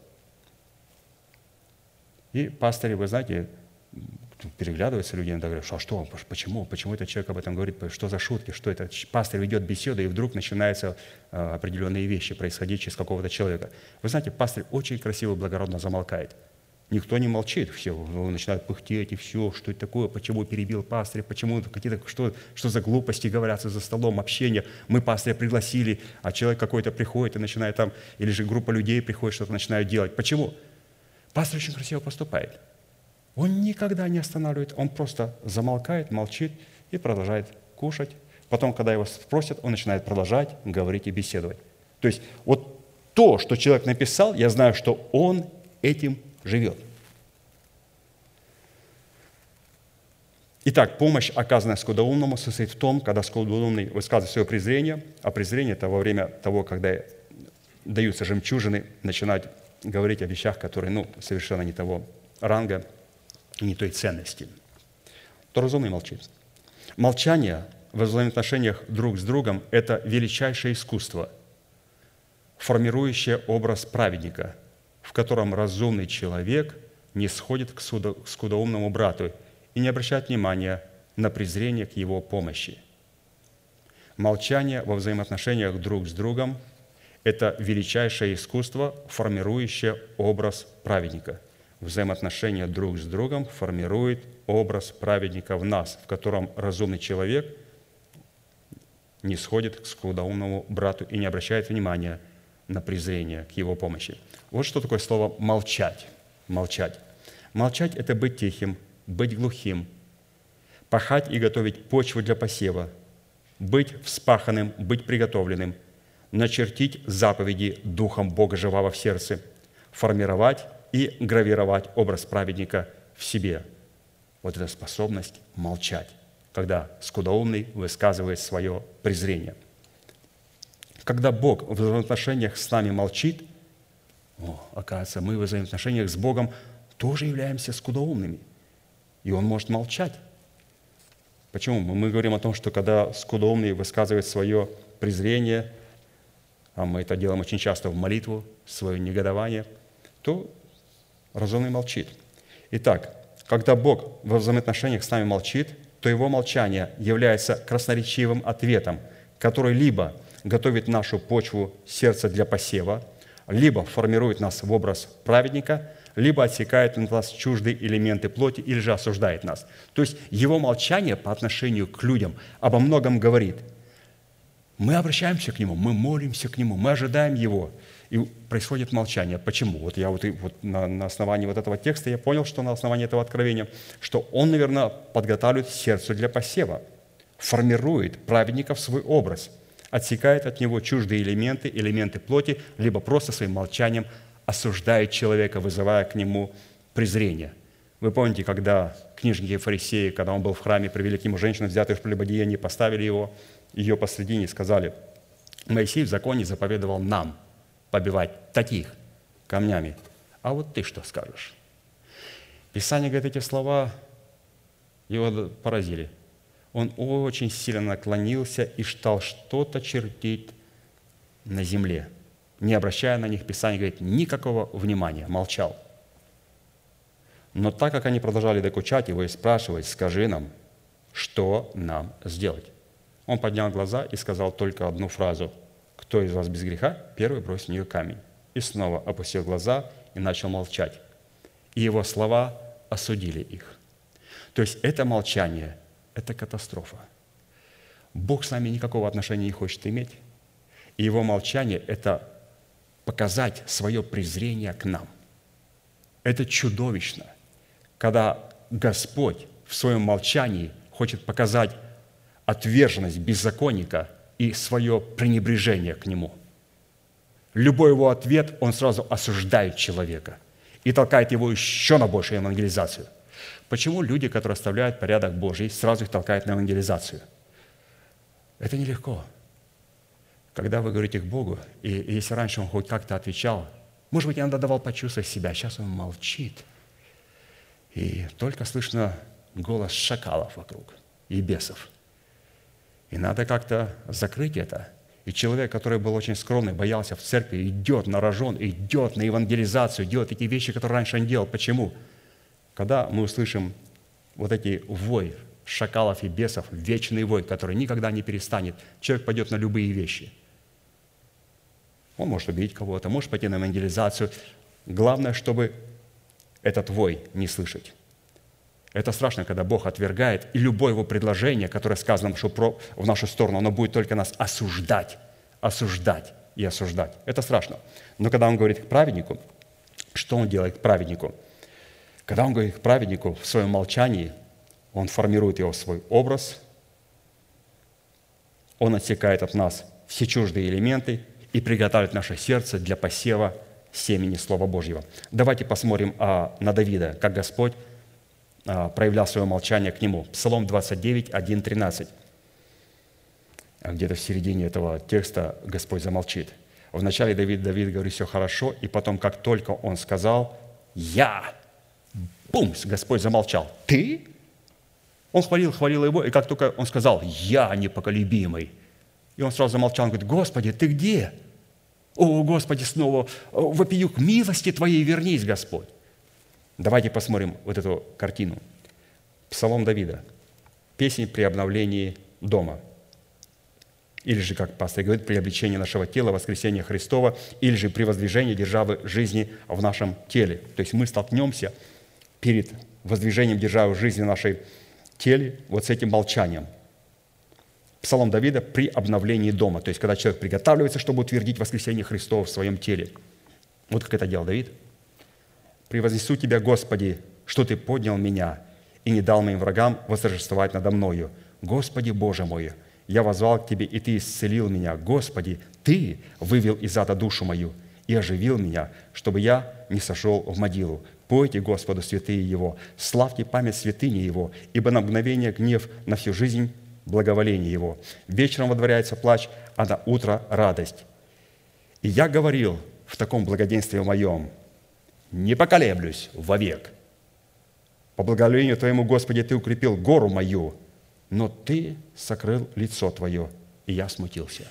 И пастыри, вы знаете, переглядываются люди, иногда говорят, что, почему этот человек об этом говорит, что за шутки, что это? Пастырь ведет беседу, и вдруг начинаются определенные вещи происходить через какого-то человека. Вы знаете, пастырь очень красиво, благородно замолкает. Никто не молчит, все начинают пыхтеть, и все, что это такое, почему перебил пастыря, почему какие-то, что за глупости говорятся за столом, общение. Мы пастыря пригласили, а человек какой-то приходит и начинает там, или же группа людей приходит, что-то начинают делать. Почему? Пастырь очень красиво поступает. Он никогда не останавливает, он просто замолкает, молчит и продолжает кушать. Потом, когда его спросят, он начинает продолжать говорить и беседовать. То есть вот то, что человек написал, я знаю, что он этим живет. Итак, помощь, оказанная скудоумному, состоит в том, когда скудоумный высказывает свое презрение, а презрение – это во время того, когда даются жемчужины, начинать говорить о вещах, которые совершенно не того ранга, не той ценности, то разумный молчит. Молчание во взаимоотношениях друг с другом – это величайшее искусство, формирующее образ праведника, в котором разумный человек не сходит к скудоумному брату и не обращает внимания на презрение к его помощи. Молчание во взаимоотношениях друг с другом – это величайшее искусство, формирующее образ праведника. Взаимоотношения друг с другом формирует образ праведника в нас, в котором разумный человек не сходит к скудоумному брату и не обращает внимания на презрение к его помощи. Вот что такое слово «молчать». Молчать. Молчать – это быть тихим, быть глухим, пахать и готовить почву для посева, быть вспаханным, быть приготовленным, начертить заповеди Духом Бога живого в сердце, формировать и гравировать образ праведника в себе. Вот эта способность молчать, когда скудоумный высказывает свое презрение. Когда Бог в взаимоотношениях с нами молчит, оказывается, мы в взаимоотношениях с Богом тоже являемся скудоумными. и он может молчать. Почему? Мы говорим о том, что когда скудоумный высказывает свое презрение, а мы это делаем очень часто в молитву, свое негодование, то разумный молчит. Итак, когда Бог во взаимоотношениях с нами молчит, то Его молчание является красноречивым ответом, который либо готовит нашу почву сердца для посева, либо формирует нас в образ праведника, либо отсекает от нас чуждые элементы плоти, или же осуждает нас. То есть Его молчание по отношению к людям обо многом говорит. Мы обращаемся к Нему, мы молимся к Нему, мы ожидаем Его, и происходит молчание. Почему? Вот я на основании вот этого текста я понял, что на основании этого откровения, что Он, наверное, подготавливает сердце для посева, формирует праведника в свой образ, отсекает от него чуждые элементы плоти, либо просто своим молчанием осуждает человека, вызывая к нему презрение. Вы помните, когда книжники и фарисеи, когда он был в храме, привели к нему женщину, взятую в прелюбодеянии, поставили ее посредине и сказали: «Моисей в законе заповедовал нам побивать таких камнями. А вот ты что скажешь?» Писание говорит, эти слова его поразили. Он очень сильно наклонился и стал что-то чертить на земле. Не обращая на них, Писание говорит, никакого внимания, молчал. Но так как они продолжали докучать его и спрашивать: «Скажи нам, что нам сделать?» Он поднял глаза и сказал только одну фразу: «Кто из вас без греха, первый брось в нее камень». И снова опустил глаза и начал молчать. И его слова осудили их. То есть это молчание – это катастрофа. Бог с нами никакого отношения не хочет иметь. И его молчание – это показать свое презрение к нам. Это чудовищно, когда Господь в своем молчании хочет показать отверженность беззаконника и свое пренебрежение к нему. Любой его ответ, он сразу осуждает человека и толкает его еще на большую евангелизацию. Почему люди, которые оставляют порядок Божий, сразу их толкают на евангелизацию? Это нелегко. Когда вы говорите к Богу, и если раньше он хоть как-то отвечал, может быть, иногда давал почувствовать себя, сейчас он молчит, и только слышно голос шакалов вокруг и бесов. И надо как-то закрыть это. И человек, который был очень скромный, боялся в церкви, идет на рожон, идет на евангелизацию, делает такие вещи, которые раньше он делал. Почему? Когда мы услышим вот эти вой шакалов и бесов, вечный вой, который никогда не перестанет, человек пойдет на любые вещи. Он может убить кого-то, может пойти на евангелизацию. Главное, чтобы этот вой не слышать. Это страшно, когда Бог отвергает, и любое его предложение, которое сказано в нашу сторону, оно будет только нас осуждать, осуждать и осуждать. Это страшно. Но когда он говорит к праведнику, что он делает к праведнику? Когда он говорит к праведнику в своем молчании, он формирует его в свой образ, он отсекает от нас все чуждые элементы и приготавливает наше сердце для посева семени Слова Божьего. Давайте посмотрим на Давида, как Господь проявлял свое молчание к нему. Псалом 29, 1, 13. Где-то в середине этого текста Господь замолчит. Вначале Давид говорит, все хорошо, и потом, как только он сказал «Я», бумс, Господь замолчал. «Ты?» Он хвалил его, и как только он сказал «Я непоколебимый», и он сразу замолчал, он говорит: «Господи, Ты где? О, Господи, снова вопию к милости Твоей, вернись, Господь». Давайте посмотрим вот эту картину. Псалом Давида. Песнь при обновлении дома. Или же, как пастор говорит, при обличении нашего тела, воскресения Христова, или же при воздвижении державы жизни в нашем теле. То есть мы столкнемся перед воздвижением державы жизни в нашей теле вот с этим молчанием. Псалом Давида при обновлении дома. То есть когда человек приготавливается, чтобы утвердить воскресение Христова в своем теле. Вот как это делал Давид. «Превознесу Тебя, Господи, что Ты поднял меня и не дал моим врагам восторжествовать надо мною. Господи, Боже мой, я воззвал к Тебе, и Ты исцелил меня. Господи, Ты вывел из ада душу мою и оживил меня, чтобы я не сошел в могилу. Пойте Господу святые Его, славьте память святыни Его, ибо на мгновение гнев, на всю жизнь благоволение Его. Вечером водворяется плач, а на утро радость. И я говорил в таком благоденствии моем: не поколеблюсь вовек. По благоволению Твоему, Господи, Ты укрепил гору мою, но Ты сокрыл лицо Твое, и я смутился.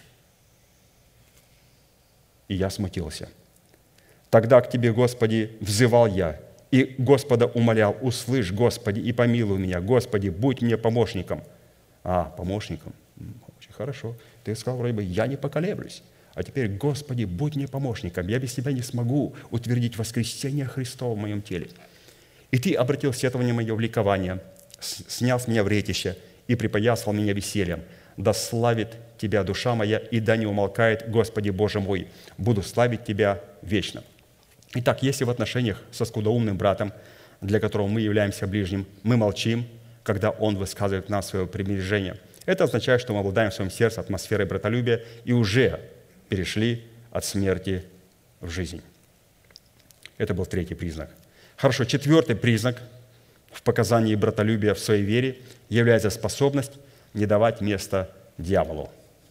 И я смутился. Тогда к Тебе, Господи, взывал я, и Господа умолял: услышь, Господи, и помилуй меня. Господи, будь мне помощником. Помощником? Очень хорошо. Ты сказал вроде бы: я не поколеблюсь. А теперь: Господи, будь мне помощником. Я без Тебя не смогу утвердить воскресение Христова в моем теле. И Ты обратил сетование мое в ликование, снял с меня вретище и припоясал меня весельем. Да славит Тебя душа моя, и да не умолкает, Господи Боже мой, буду славить Тебя вечно». Итак, если в отношениях со скудоумным братом, для которого мы являемся ближним, мы молчим, когда он высказывает нам свое пренебрежение, это означает, что мы обладаем в своем сердце атмосферой братолюбия и уже перешли от смерти в жизнь. Это был третий признак. Хорошо, четвертый признак в показании братолюбия в своей вере является способность не давать места дьяволу.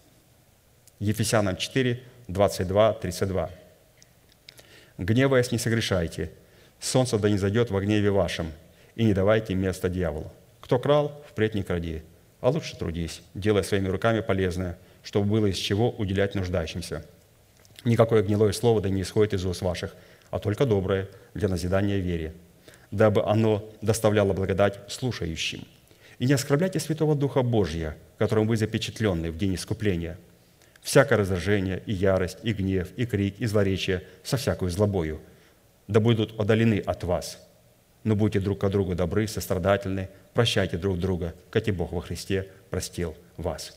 Ефесянам 4, 22, 32. «Гневаясь, не согрешайте, солнце да не зайдет во гневе вашем, и не давайте места дьяволу. Кто крал, впредь не кради, а лучше трудись, делая своими руками полезное, чтобы было из чего уделять нуждающимся. Никакое гнилое слово да не исходит из уст ваших, а только доброе для назидания вере, дабы оно доставляло благодать слушающим. И не оскорбляйте Святого Духа Божия, которым вы запечатлены в день искупления. Всякое раздражение, и ярость, и гнев, и крик, и злоречие со всякою злобою да будут удалены от вас. Но будьте друг к другу добры, сострадательны, прощайте друг друга, как и Бог во Христе простил вас».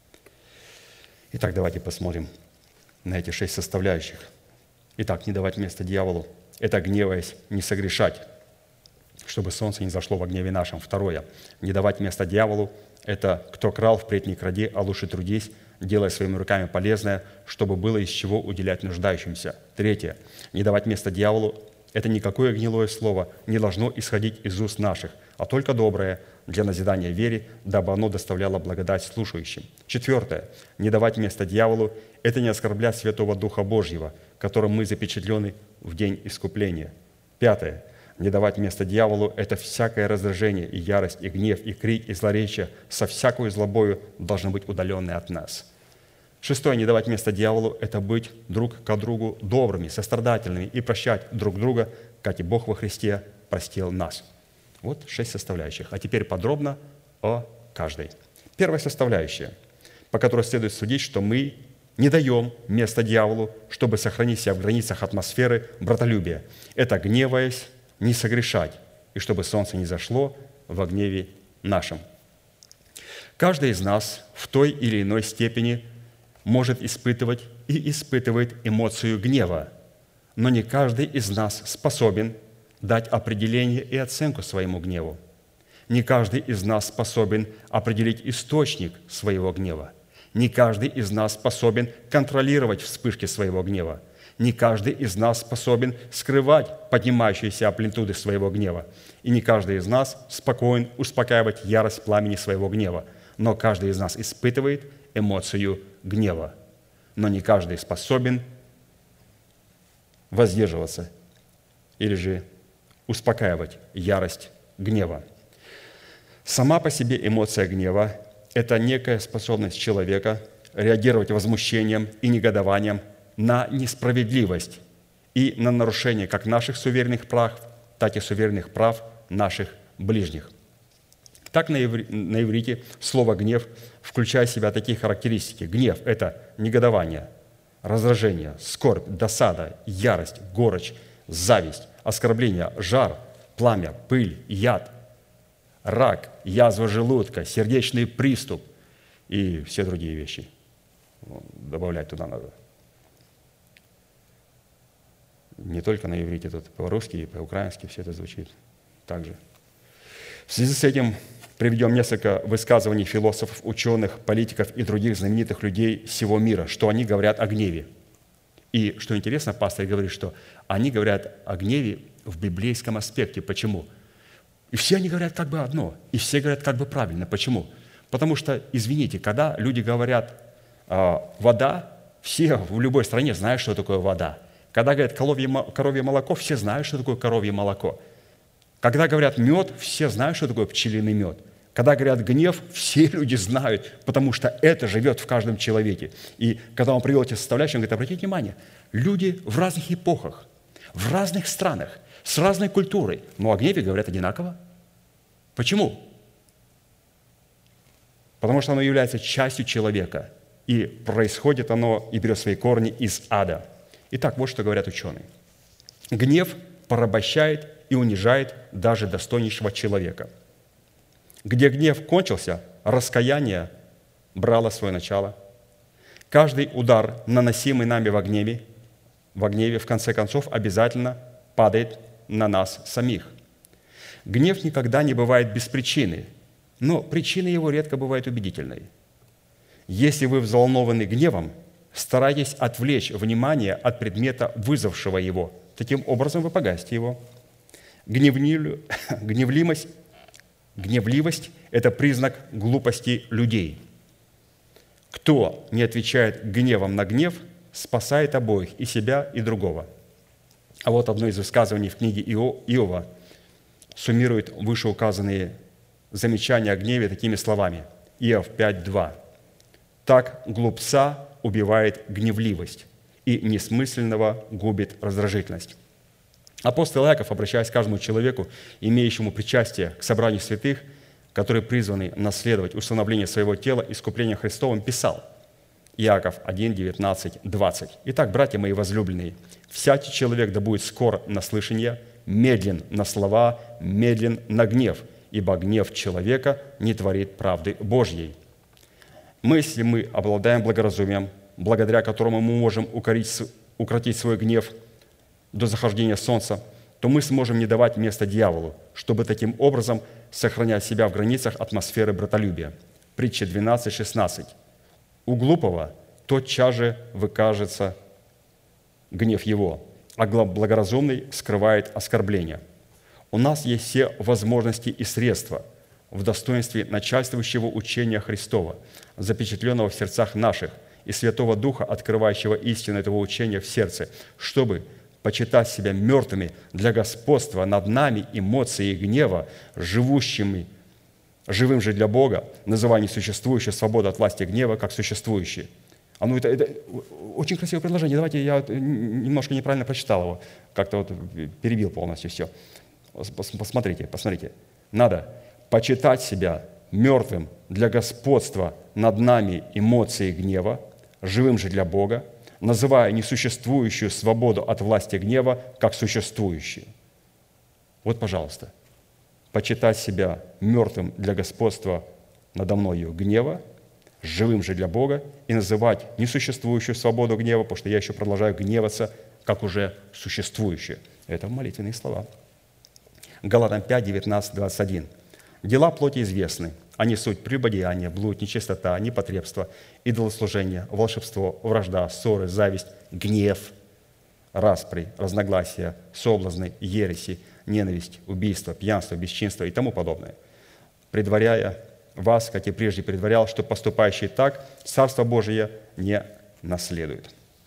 Итак, давайте посмотрим на эти 6 составляющих. Итак, не давать место дьяволу – это, гневаясь, не согрешать, чтобы солнце не зашло во гневе нашем. Второе – не давать место дьяволу – это кто крал, впредь не кради, а лучше трудись, делая своими руками полезное, чтобы было из чего уделять нуждающимся. Третье – не давать место дьяволу – это никакое гнилое слово не должно исходить из уст наших, а только доброе для назидания вере, дабы оно доставляло благодать слушающим. Четвертое – не давать место дьяволу – это не оскорблять Святого Духа Божьего, которым мы запечатлены в день искупления. Пятое – не давать место дьяволу – это всякое раздражение, и ярость, и гнев, и крик, и злоречие со всякою злобою должны быть удалены от нас. Шестое – не давать место дьяволу – это быть друг к другу добрыми, сострадательными и прощать друг друга, как и Бог во Христе простил нас. Вот 6 составляющих. А теперь подробно о каждой. Первая составляющая, по которой следует судить, что мы не даем место дьяволу, чтобы сохранить себя в границах атмосферы братолюбия. Это, гневаясь, не согрешать, и чтобы солнце не зашло во гневе нашем. Каждый из нас в той или иной степени может испытывать и испытывает эмоцию гнева, но не каждый из нас способен дать определение и оценку своему гневу. Не каждый из нас способен определить источник своего гнева. Не каждый из нас способен контролировать вспышки своего гнева. Не каждый из нас способен скрывать поднимающиеся амплитуды своего гнева. И не каждый из нас спокоен успокаивать ярость пламени своего гнева. Но каждый из нас испытывает эмоцию гнева. Но не каждый способен воздерживаться или же успокаивать ярость гнева. Сама по себе эмоция гнева – это некая способность человека реагировать возмущением и негодованием на несправедливость и на нарушение как наших суверенных прав, так и суверенных прав наших ближних. Так на иврите слово «гнев» включает в себя такие характеристики. Гнев – это негодование, раздражение, скорбь, досада, ярость, горечь, зависть, оскорбление, жар, пламя, пыль, яд, рак, язва желудка, сердечный приступ и все другие вещи. Добавлять туда надо. Не только на иврите, тут по-русски и по-украински все это звучит также. В связи с этим приведем несколько высказываний философов, ученых, политиков и других знаменитых людей всего мира, что они говорят о гневе. И, что интересно, пастор говорит, что они говорят о гневе в библейском аспекте. Почему? И все они говорят как бы одно, и все говорят как бы правильно. Почему? Потому что, извините, когда люди говорят «вода», все в любой стране знают, что такое вода. Когда говорят «коровье молоко», все знают, что такое коровье молоко. Когда говорят «мед», все знают, что такое пчелиный мед. Когда говорят «гнев», все люди знают, потому что это живет в каждом человеке. И когда он привел эти составляющие, он говорит: обратите внимание, люди в разных эпохах, в разных странах, с разной культурой, но о гневе говорят одинаково. Почему? Потому что оно является частью человека, и происходит оно и берет свои корни из ада. Итак, вот что говорят ученые. Гнев порабощает и унижает даже достойнейшего человека. Где гнев кончился, раскаяние брало свое начало. Каждый удар, наносимый нами во гневе, в конце концов, обязательно падает на нас самих. Гнев никогда не бывает без причины, но причина его редко бывает убедительной. Если вы взволнованы гневом, старайтесь отвлечь внимание от предмета, вызвавшего его. Таким образом вы погасите его. Гневливость – это признак глупости людей. Кто не отвечает гневом на гнев, спасает обоих, и себя, и другого. А вот одно из высказываний в книге Иова суммирует вышеуказанные замечания о гневе такими словами. Иов 5:2. «Так глупца убивает гневливость, и несмысленного губит раздражительность». Апостол Иаков, обращаясь к каждому человеку, имеющему причастие к собранию святых, которые призваны наследовать установление своего тела искуплением Христовым, писал, Иаков 1, 19, 20. «Итак, братья мои возлюбленные, всякий человек да будет скор на слышание, медлен на слова, медлен на гнев, ибо гнев человека не творит правды Божьей». Если мы обладаем благоразумием, благодаря которому мы можем укротить свой гнев до захождения солнца, то мы сможем не давать место дьяволу, чтобы таким образом сохранять себя в границах атмосферы братолюбия. Притча 12:16. «У глупого тотчас же выкажется гнев его, а благоразумный скрывает оскорбление». У нас есть все возможности и средства в достоинстве начальствующего учения Христова, запечатленного в сердцах наших, и Святого Духа, открывающего истину этого учения в сердце, чтобы почитать себя мертвыми для господства над нами эмоций и гнева, живым же для Бога, называя несуществующую свободу от власти гнева как существующие. Это очень красивое предложение. Давайте я немножко неправильно прочитал его, как-то перебил полностью все. Посмотрите. Надо почитать себя мертвым для господства над нами эмоций гнева, живым же для Бога, называя несуществующую свободу от власти гнева как существующую. Вот, пожалуйста, почитать себя мертвым для господства надо мною гнева, живым же для Бога, и называть несуществующую свободу гнева, потому что я еще продолжаю гневаться, как уже существующую. Это молитвенные слова. Галатам 5, 19, 21. «Дела плоти известны. Они суть прелюбодеяние, блуд, нечистота, непотребство, идолослужение, волшебство, вражда, ссоры, зависть, гнев, распри, разногласия, соблазны, ереси, ненависть, убийство, пьянство, бесчинство и тому подобное, предваряя вас, как и прежде предварял, что поступающий так Царство Божие не наследует».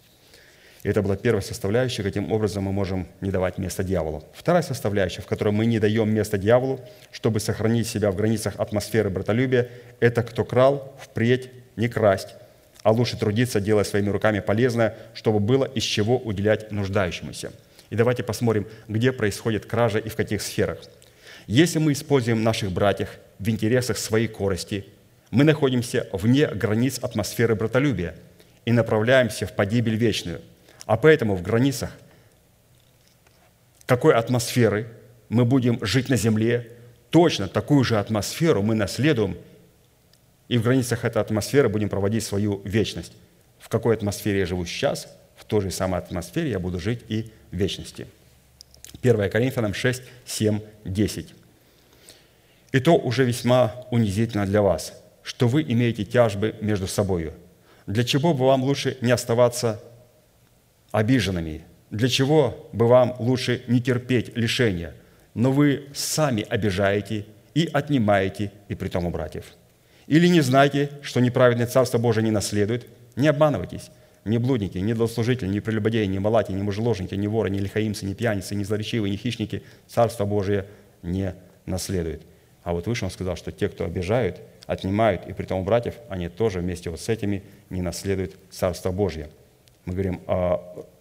Это была первая составляющая, каким образом мы можем не давать место дьяволу. Вторая составляющая, в которой мы не даем место дьяволу, чтобы сохранить себя в границах атмосферы братолюбия, это кто крал, впредь не красть, а лучше трудиться, делая своими руками полезное, чтобы было из чего уделять нуждающемуся. И давайте посмотрим, где происходит кража и в каких сферах. Если мы используем наших братьев в интересах своей корысти, мы находимся вне границ атмосферы братолюбия и направляемся в погибель вечную. А поэтому в границах какой атмосферы мы будем жить на земле, точно такую же атмосферу мы наследуем, и в границах этой атмосферы будем проводить свою вечность. В какой атмосфере я живу сейчас, в той же самой атмосфере я буду жить и в вечности. 1 Коринфянам 6, 7, 10. «И то уже весьма унизительно для вас, что вы имеете тяжбы между собою. Для чего бы вам лучше не оставаться обиженными? Для чего бы вам лучше не терпеть лишения? Но вы сами обижаете и отнимаете, и притом у братьев. Или не знаете, что неправедное Царство Божие не наследует? Не обманывайтесь. Ни блудники, ни идолослужители, ни прелюбодеи, ни малати, ни мужеложники, ни воры, ни лихаимцы, ни пьяницы, ни злоречивые, ни хищники Царство Божие не наследует. А вот выше он сказал, что те, кто обижают, отнимают, и притом у братьев, они тоже вместе вот с этими не наследуют Царство Божье. Мы говорим о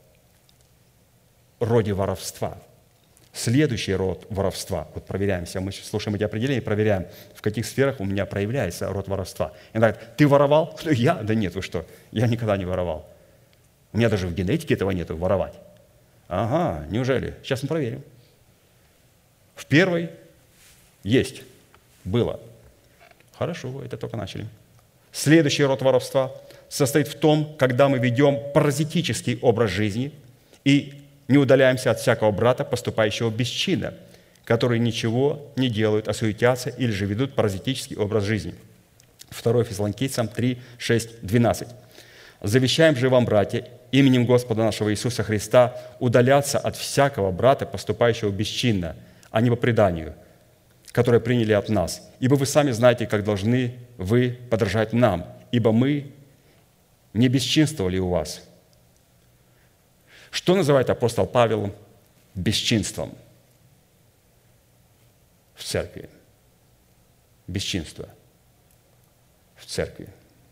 роде воровства. Следующий род воровства. Вот проверяемся. Мы слушаем эти определения и проверяем, в каких сферах у меня проявляется род воровства. Иногда ты воровал? Я? Да нет, вы что? Я никогда не воровал. У меня даже в генетике этого нету, воровать. Ага, неужели? Сейчас мы проверим. В первой есть, было. Хорошо, это только начали. Следующий род воровства состоит в том, когда мы ведем паразитический образ жизни и не удаляемся от всякого брата, поступающего бесчинно, которые ничего не делают, а суетятся или же ведут паразитический образ жизни. 2 Фессалоникийцам 3, 6, 12. «Завещаем же вам, братья, именем Господа нашего Иисуса Христа удаляться от всякого брата, поступающего бесчинно, а не по преданию, которое приняли от нас. Ибо вы сами знаете, как должны вы подражать нам, ибо мы не бесчинствовали у вас». Что называет апостол Павел бесчинством в церкви? Бесчинство в церкви.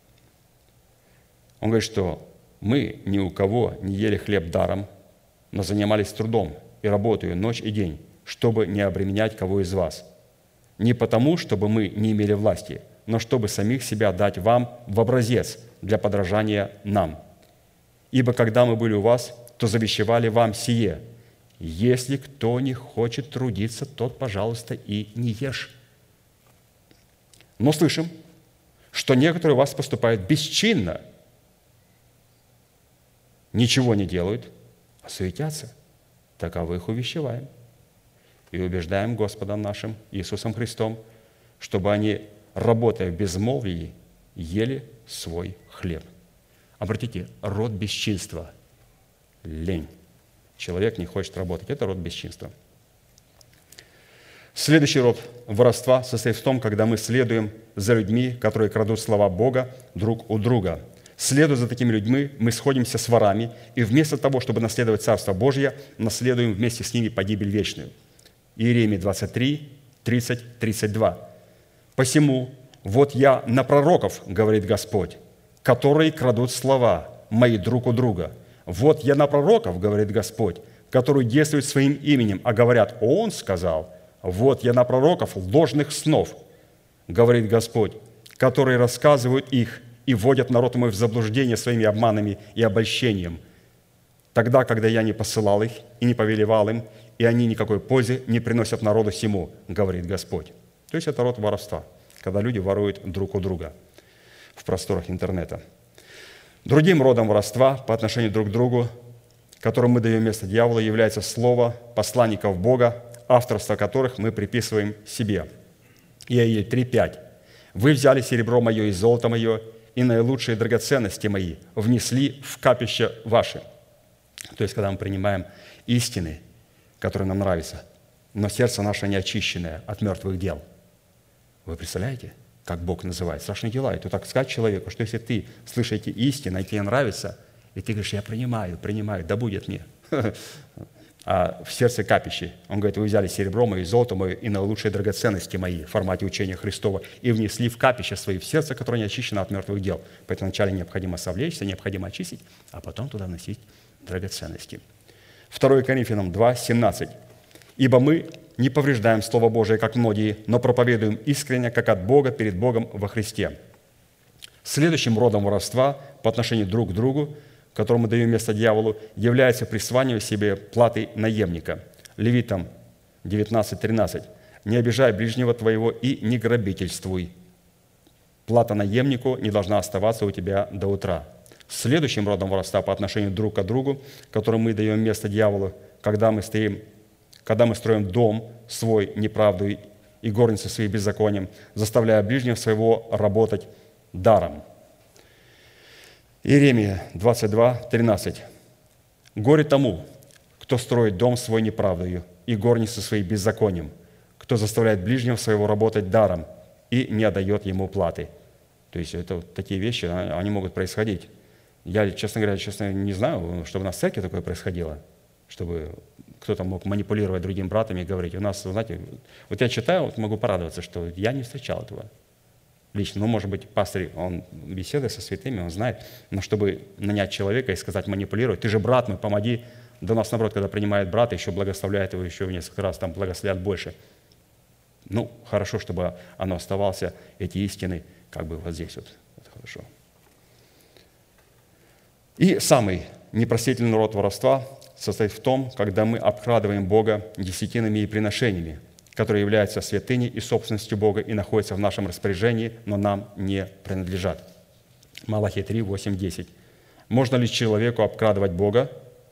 Он говорит, что мы ни у кого не ели хлеб даром, но занимались трудом и работаю ночь и день, чтобы не обременять кого из вас. Не потому, чтобы мы не имели власти, но чтобы самих себя дать вам в образец для подражания нам. Ибо когда мы были у вас, то завещевали вам сие: если кто не хочет трудиться, тот, пожалуйста, и не ешь. Но слышим, что некоторые у вас поступают бесчинно, ничего не делают, а суетятся. Таковых увещеваем и убеждаем Господом нашим Иисусом Христом, чтобы они, работая в безмолвии, ели свой хлеб. Обратите, род бесчинства – лень. Человек не хочет работать. Это род бесчинства. Следующий род воровства состоит в том, когда мы следуем за людьми, которые крадут слова Бога друг у друга. Следуя за такими людьми, мы сходимся с ворами, и вместо того, чтобы наследовать Царство Божье, наследуем вместе с ними погибель вечную. Иеремия 23, 30, 32. «Посему вот я на пророков, говорит Господь, которые крадут слова мои друг у друга. Вот я на пророков, говорит Господь, которые действуют своим именем, а говорят, Он сказал. Вот я на пророков ложных снов, говорит Господь, которые рассказывают их и вводят народ мой в заблуждение своими обманами и обольщением, тогда, когда я не посылал их и не повелевал им, и они никакой пользы не приносят народу сему, говорит Господь». То есть это род воровства, когда люди воруют друг у друга в просторах интернета. Другим родом воровства по отношению друг к другу, которым мы даем место дьяволу, является слово посланников Бога, авторство которых мы приписываем себе. Иаиль 3:5. «Вы взяли серебро мое и золото мое, и наилучшие драгоценности мои внесли в капище ваши». То есть, когда мы принимаем истины, которые нам нравятся, но сердце наше не очищенное от мертвых дел. Вы представляете, как Бог называет? Страшные дела. И то так сказать человеку, что если ты слышишь эти истины, и тебе нравится, и ты говоришь, я принимаю, да будет мне. А в сердце капище, он говорит, вы взяли серебро мое, золото мое и наилучшие драгоценности мои в формате учения Христова и внесли в капище свои в сердце, которое не очищено от мертвых дел. Поэтому вначале необходимо совлечься, необходимо очистить, а потом туда вносить драгоценности. 2 Коринфянам 2:17. «Ибо мы не повреждаем Слово Божие, как многие, но проповедуем искренне, как от Бога, перед Богом во Христе». Следующим родом воровства по отношению друг к другу, которому мы даем место дьяволу, является присваивание себе платы наемника. Левитам 19:13. «Не обижай ближнего твоего и не грабительствуй. Плата наемнику не должна оставаться у тебя до утра». Следующим родом воровства по отношению друг к другу, которому мы даем место дьяволу, когда мы строим дом свой неправдой и горницы свои беззаконием, заставляя ближнего своего работать даром. Иеремия 22:13. «Горе тому, кто строит дом свой неправдою и горницы свои беззаконием, кто заставляет ближнего своего работать даром и не отдает ему платы». То есть это вот такие вещи, они могут происходить. Я, честно говоря, не знаю, чтобы у нас в церкви такое происходило, чтобы кто-то мог манипулировать другим братом и говорить, у нас, знаете, вот я читаю, вот могу порадоваться, что я не встречал этого лично. Ну, может быть, пастырь, он беседует со святыми, он знает, но чтобы нанять человека и сказать манипулировать, ты же брат мой, помоги. Да у нас, наоборот, когда принимает брата, еще благословляет его еще в несколько раз, там благословят больше. Ну, хорошо, чтобы оно оставался, эти истины, как бы вот здесь вот. Это хорошо. И самый непростительный род воровства состоит в том, когда мы обкрадываем Бога десятинами и приношениями, которые являются святыней и собственностью Бога и находятся в нашем распоряжении, но нам не принадлежат. Малахия 3, 8, 10. Можно ли человеку обкрадывать Бога?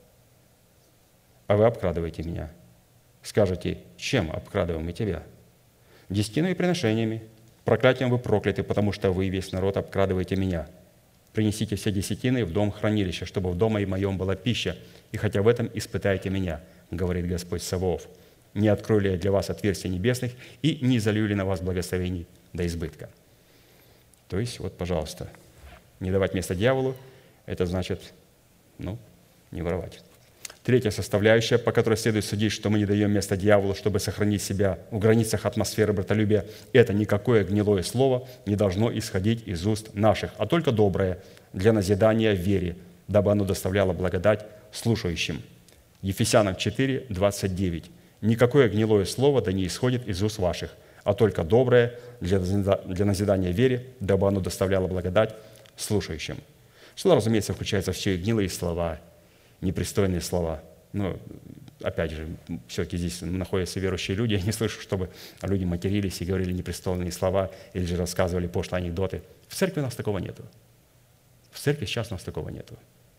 А вы обкрадываете меня. Скажете, чем обкрадываем и тебя? Десятинами и приношениями. Проклятием вы прокляты, потому что вы, весь народ, обкрадываете меня. Принесите все десятины в дом хранилища, чтобы в доме моем была пища, и хотя в этом испытайте меня, говорит Господь Саваоф. Не открою ли я для вас отверстия небесных и не залью ли на вас благословений до избытка? То есть, вот, пожалуйста, не давать место дьяволу, это значит, не воровать. Третья составляющая, по которой следует судить, что мы не даем место дьяволу, чтобы сохранить себя в границах атмосферы братолюбия, это никакое гнилое слово не должно исходить из уст наших, а только доброе для назидания в вере, дабы оно доставляло благодать слушающим. Ефесянам 4, 29. Никакое гнилое слово да не исходит из уст ваших, а только доброе для назидания в вере, дабы оно доставляло благодать слушающим. Сюда, разумеется, включаются все и гнилые слова, непристойные слова. Но, опять же, все-таки здесь находятся верующие люди. Я не слышу, чтобы люди матерились и говорили непристойные слова или же рассказывали пошлые анекдоты. В церкви у нас такого нету. В церкви сейчас у нас такого нету.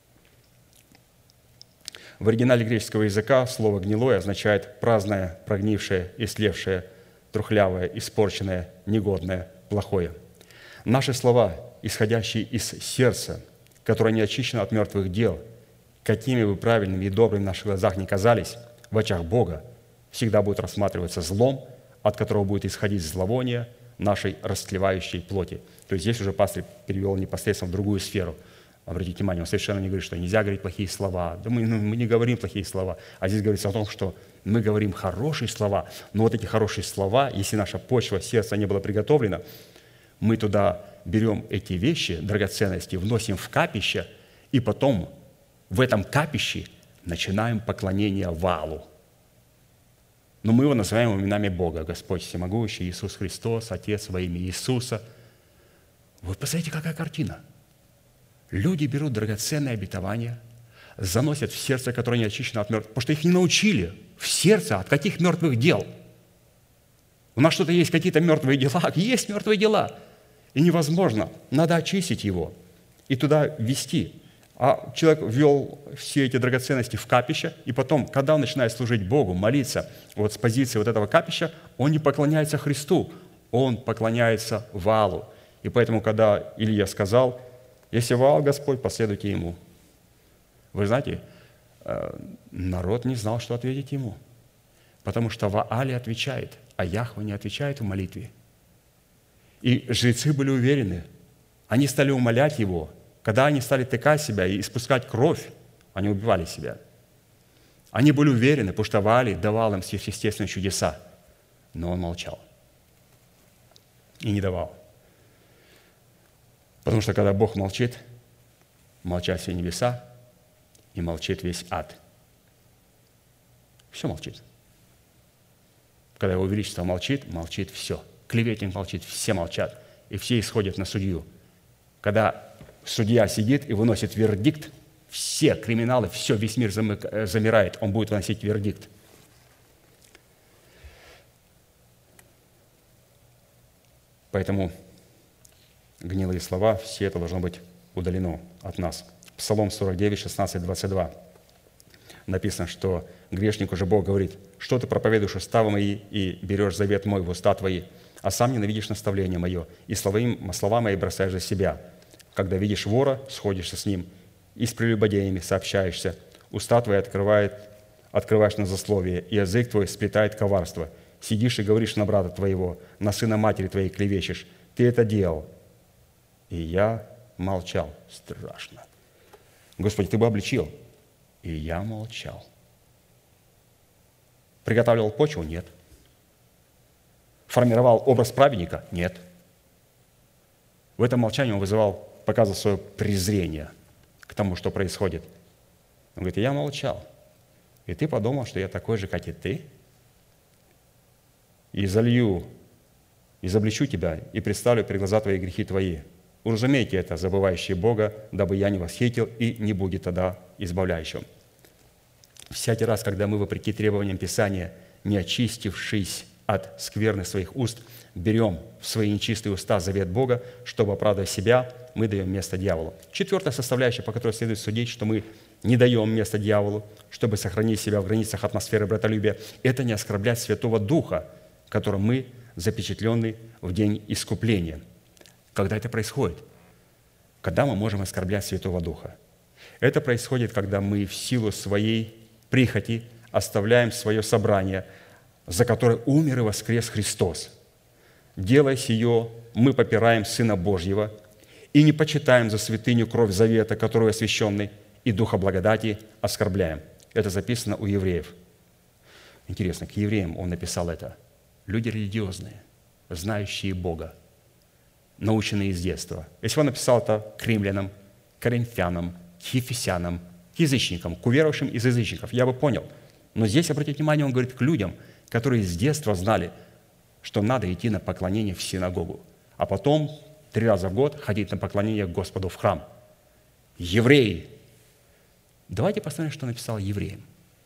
В оригинале греческого языка слово «гнилое» означает праздное, прогнившее, истлевшее, трухлявое, испорченное, негодное, плохое. Наши слова, исходящие из сердца, которое не очищено от мертвых дел, какими бы правильными и добрыми в наших глазах ни казались, в очах Бога всегда будут рассматриваться злом, от которого будет исходить зловоние нашей растлевающей плоти. То есть здесь уже пастырь перевел непосредственно в другую сферу. Обратите внимание, он совершенно не говорит, что нельзя говорить плохие слова. Да мы не говорим плохие слова. А здесь говорится о том, что мы говорим хорошие слова, но вот эти хорошие слова, если наша почва, сердце не было приготовлено, мы туда берем эти вещи, драгоценности, вносим в капище, и потом в этом капище начинаем поклонение Ваалу. Но мы его называем именами Бога. Господь Всемогущий, Иисус Христос, Отец во имя Иисуса. Вы посмотрите, какая картина. Люди берут драгоценные обетования, заносят в сердце, которое не очищено от мертвых, потому что их не научили в сердце от каких мертвых дел. У нас что-то есть, какие-то мертвые дела. Есть мертвые дела. И невозможно. Надо очистить его и туда ввести. А человек ввел все эти драгоценности в капище, и потом, когда он начинает служить Богу, молиться вот с позиции вот этого капища, он не поклоняется Христу, он поклоняется Ваалу. И поэтому, когда Илья сказал, если Ваал Господь, последуйте ему. Вы знаете, народ не знал, что ответить ему, потому что Ваале отвечает, а Яхве не отвечает в молитве. И жрецы были уверены, они стали умолять его. Когда они стали тыкать себя и испускать кровь, они убивали себя. Они были уверены, потому что Вааль давал им сверхъестественные чудеса, но он молчал и не давал. Потому что когда Бог молчит, молчат все небеса и молчит весь ад. Все молчит. Когда Его Величество молчит, молчит все. Клеветник молчит, все молчат, и все исходят на судью. Когда судья сидит и выносит вердикт, все криминалы, все, весь мир замирает, он будет выносить вердикт. Поэтому гнилые слова, все это должно быть удалено от нас. Псалом 49, 16, 22. Написано, что грешнику же Бог говорит, что ты проповедуешь уста мои и берешь завет мой в уста твои, а сам ненавидишь наставление мое, и слова мои бросаешь за себя. Когда видишь вора, сходишься с ним, и с прелюбодеями сообщаешься. Уста твои открываешь на злословие, и язык твой сплетает коварство. Сидишь и говоришь на брата твоего, на сына матери твоей клевещешь. Ты это делал. И я молчал. Страшно. Господи, Ты бы обличил. И я молчал. Приготавливал почву? Нет. Формировал образ праведника? Нет. В этом молчании он вызывал, показывал свое презрение к тому, что происходит. Он говорит: я молчал. И ты подумал, что я такой же, как и ты? И изобличу тебя, и представлю перед глаза твои грехи твои. Уразумейте это, забывающие Бога, дабы я не восхитил, и не будет тогда избавляющего. Всякий раз, когда мы, вопреки требованиям Писания, не очистившись от скверны своих уст, берем в свои нечистые уста завет Бога, чтобы оправдывать себя, мы даем место дьяволу. Четвертая составляющая, по которой следует судить, что мы не даем место дьяволу, чтобы сохранить себя в границах атмосферы братолюбия, это не оскорблять Святого Духа, которым мы запечатлены в день искупления. Когда это происходит? Когда мы можем оскорблять Святого Духа? Это происходит, когда мы в силу своей прихоти оставляем свое собрание, за которое умер и воскрес Христос. Делая сие, мы попираем Сына Божьего и не почитаем за святыню кровь завета, которую освященный, и Духа благодати оскорбляем. Это записано у евреев. Интересно, к евреям он написал это. Люди религиозные, знающие Бога, наученные с детства. Если он написал это к римлянам, к коринфянам, к ефесянам, к язычникам, к уверовавшим из язычников, я бы понял. Но здесь, обратите внимание, он говорит к людям, которые с детства знали, что надо идти на поклонение в синагогу, а потом 3 раза в год ходить на поклонение к Господу в храм. Евреи. Давайте посмотрим, что написал евреям.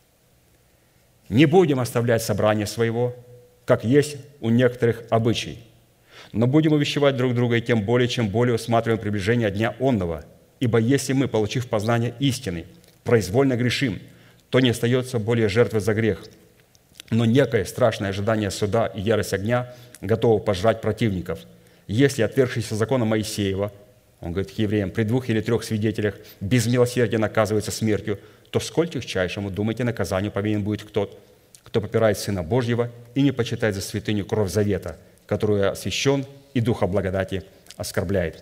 «Не будем оставлять собрание своего, как есть у некоторых обычай, но будем увещевать друг друга, и тем более, чем более усматриваем приближение дня онного. Ибо если мы, получив познание истины, произвольно грешим, то не остается более жертвы за грех, но некое страшное ожидание суда и ярость огня готово пожрать противников. Если отвергшийся закона Моисеева, он говорит к евреям, при 2 или 3 свидетелях без милосердия наказывается смертью, то сколь тягчайшему, думаете, наказанию повинен будет кто попирает Сына Божьего и не почитает за святыню кровь завета, которую освящен и Духа благодати оскорбляет».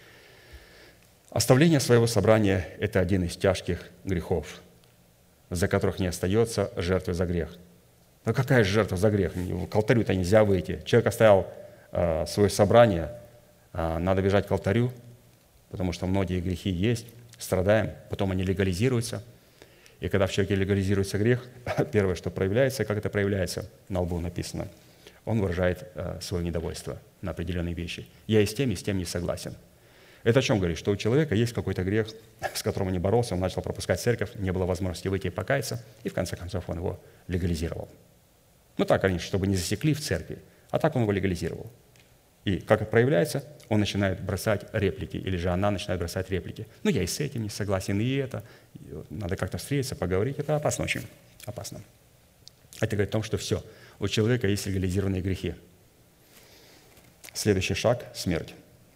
Оставление своего собрания – это один из тяжких грехов, за которых не остается жертвы за грех. Но какая же жертва за грех? К алтарю-то нельзя выйти. Человек оставил свое собрание, надо бежать к алтарю, потому что многие грехи есть, страдаем, потом они легализируются. И когда в человеке легализируется грех, первое, что проявляется, как это проявляется, на лбу написано, он выражает свое недовольство на определенные вещи. Я и с тем не согласен. Это о чем говорит? Что у человека есть какой-то грех, с которым он не боролся, он начал пропускать церковь, не было возможности выйти и покаяться, и в конце концов он его легализировал. Ну так, конечно, чтобы не засекли в церкви, а так он его легализировал. И как это проявляется, он начинает бросать реплики, или же она начинает бросать реплики. Ну, я и с этим не согласен, и это. Надо как-то встретиться, поговорить. Это опасно очень, опасно. Это говорит о том, что все, у человека есть легализированные грехи. Следующий шаг – смерть.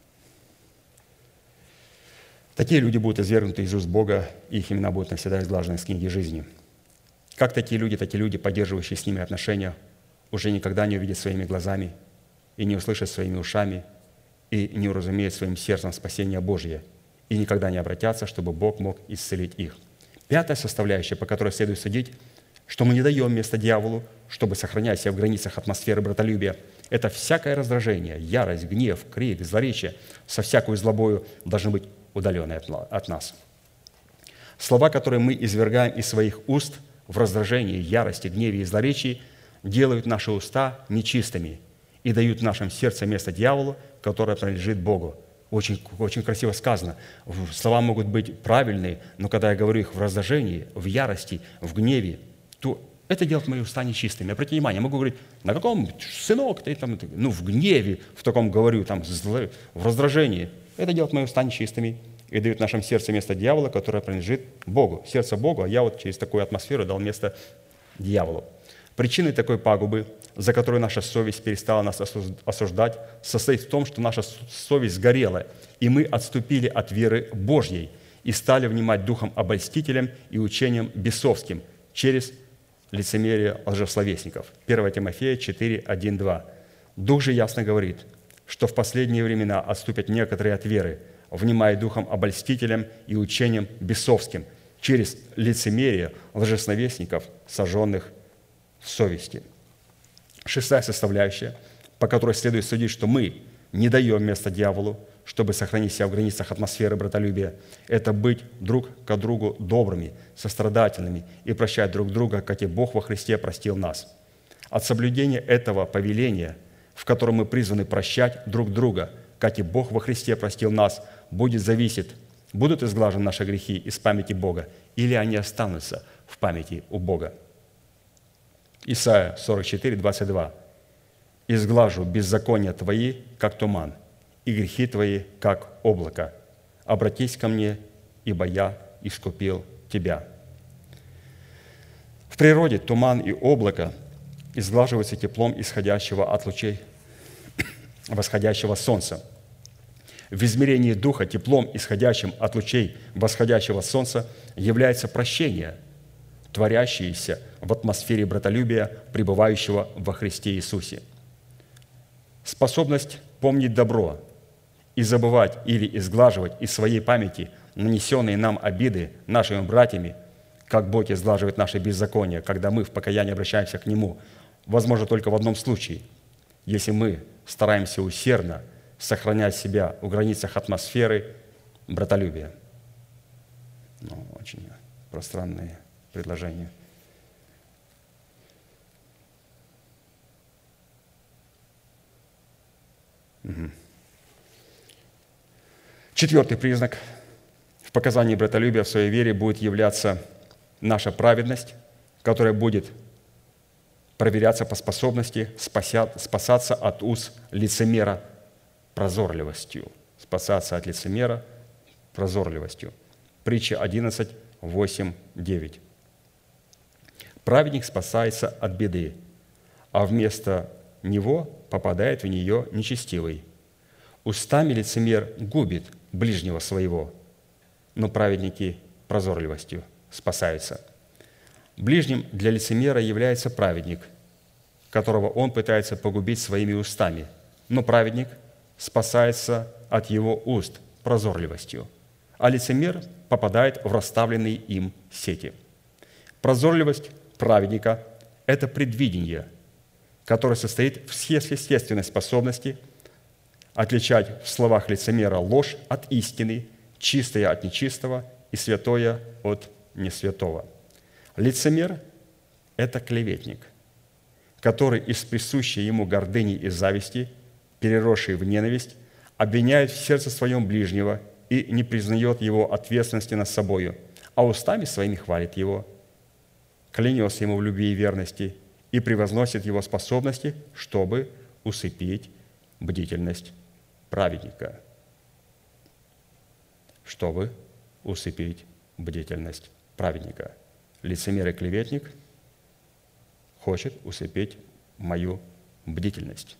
Такие люди будут извергнуты из уст Бога, и их имена будут навсегда изглажены из книги жизни. Как такие люди, поддерживающие с ними отношения, уже никогда не увидят своими глазами и не услышат своими ушами и не уразумеют своим сердцем спасение Божье и никогда не обратятся, чтобы Бог мог исцелить их. 5-я составляющая, по которой следует судить, что мы не даем место дьяволу, чтобы сохранять себя в границах атмосферы братолюбия, это всякое раздражение, ярость, гнев, крик, злоречие со всякой злобою должны быть удалены от нас. Слова, которые мы извергаем из своих уст в раздражении, ярости, гневе и злоречии, делают наши уста нечистыми и дают в нашем сердце место дьяволу, которое принадлежит Богу. Очень, очень красиво сказано. Слова могут быть правильные, но когда я говорю их в раздражении, в ярости, в гневе, то это делает мои уста нечистыми. Обратите внимание, я могу говорить, на каком, сынок, ты там, в гневе в таком говорю, там, в раздражении. Это делает мои уста нечистыми и дает в нашем сердце место дьявола, которое принадлежит Богу. Сердце Богу, а я вот через такую атмосферу дал место дьяволу. Причиной такой пагубы, за которую наша совесть перестала нас осуждать, состоит в том, что наша совесть сгорела, и мы отступили от веры Божьей и стали внимать духом обольстителям и учением бесовским через лицемерие лжесловесников. 1 Тимофея 4, 1, 2. Дух же ясно говорит, что в последние времена отступят некоторые от веры, внимая духом обольстителям и учением бесовским через лицемерие лжесловесников, сожженных в совести. Шестая составляющая, по которой следует судить, что мы не даем место дьяволу, чтобы сохранить себя в границах атмосферы братолюбия, это быть друг к другу добрыми, сострадательными и прощать друг друга, как и Бог во Христе простил нас. От соблюдения этого повеления, в котором мы призваны прощать друг друга, как и Бог во Христе простил нас, будет зависеть, будут изглажены наши грехи из памяти Бога, или они останутся в памяти у Бога. Исайя 44, 22. «Изглажу беззакония твои, как туман, и грехи твои, как облако. Обратись ко мне, ибо я искупил тебя». В природе туман и облако изглаживаются теплом исходящего от лучей восходящего солнца. В измерении духа теплом, исходящим от лучей восходящего солнца, является прощение, творящееся в атмосфере братолюбия, пребывающего во Христе Иисусе. Способность помнить добро и забывать или изглаживать из своей памяти нанесенные нам обиды нашими братьями, как Бог изглаживает наши беззакония, когда мы в покаянии обращаемся к Нему, возможно только в одном случае, если мы стараемся усердно сохранять себя в границах атмосферы братолюбия. Очень пространные предложения. Четвертый признак в показании братолюбия в своей вере будет являться наша праведность, которая будет проверяться по способности спасаться от уз лицемера прозорливостью. Спасаться от лицемера прозорливостью. Притча 11, 8, 9. Праведник спасается от беды, а вместо него попадает в нее нечестивый. Устами лицемер губит ближнего своего, но праведники прозорливостью спасаются. Ближним для лицемера является праведник, которого он пытается погубить своими устами, но праведник спасается от его уст прозорливостью, а лицемер попадает в расставленные им сети. Прозорливость праведника – это предвидение, которое состоит в сверхъестественной способности отличать в словах лицемера ложь от истины, чистое от нечистого и святое от несвятого. Лицемер – это клеветник, который из присущей ему гордыни и зависти, переросший в ненависть, обвиняет в сердце своем ближнего и не признает его ответственности над собою, а устами своими хвалит его, клянется ему в любви и верности и превозносит его способности, чтобы усыпить бдительность праведника. Чтобы усыпить бдительность праведника. Лицемер и клеветник хочет усыпить мою бдительность.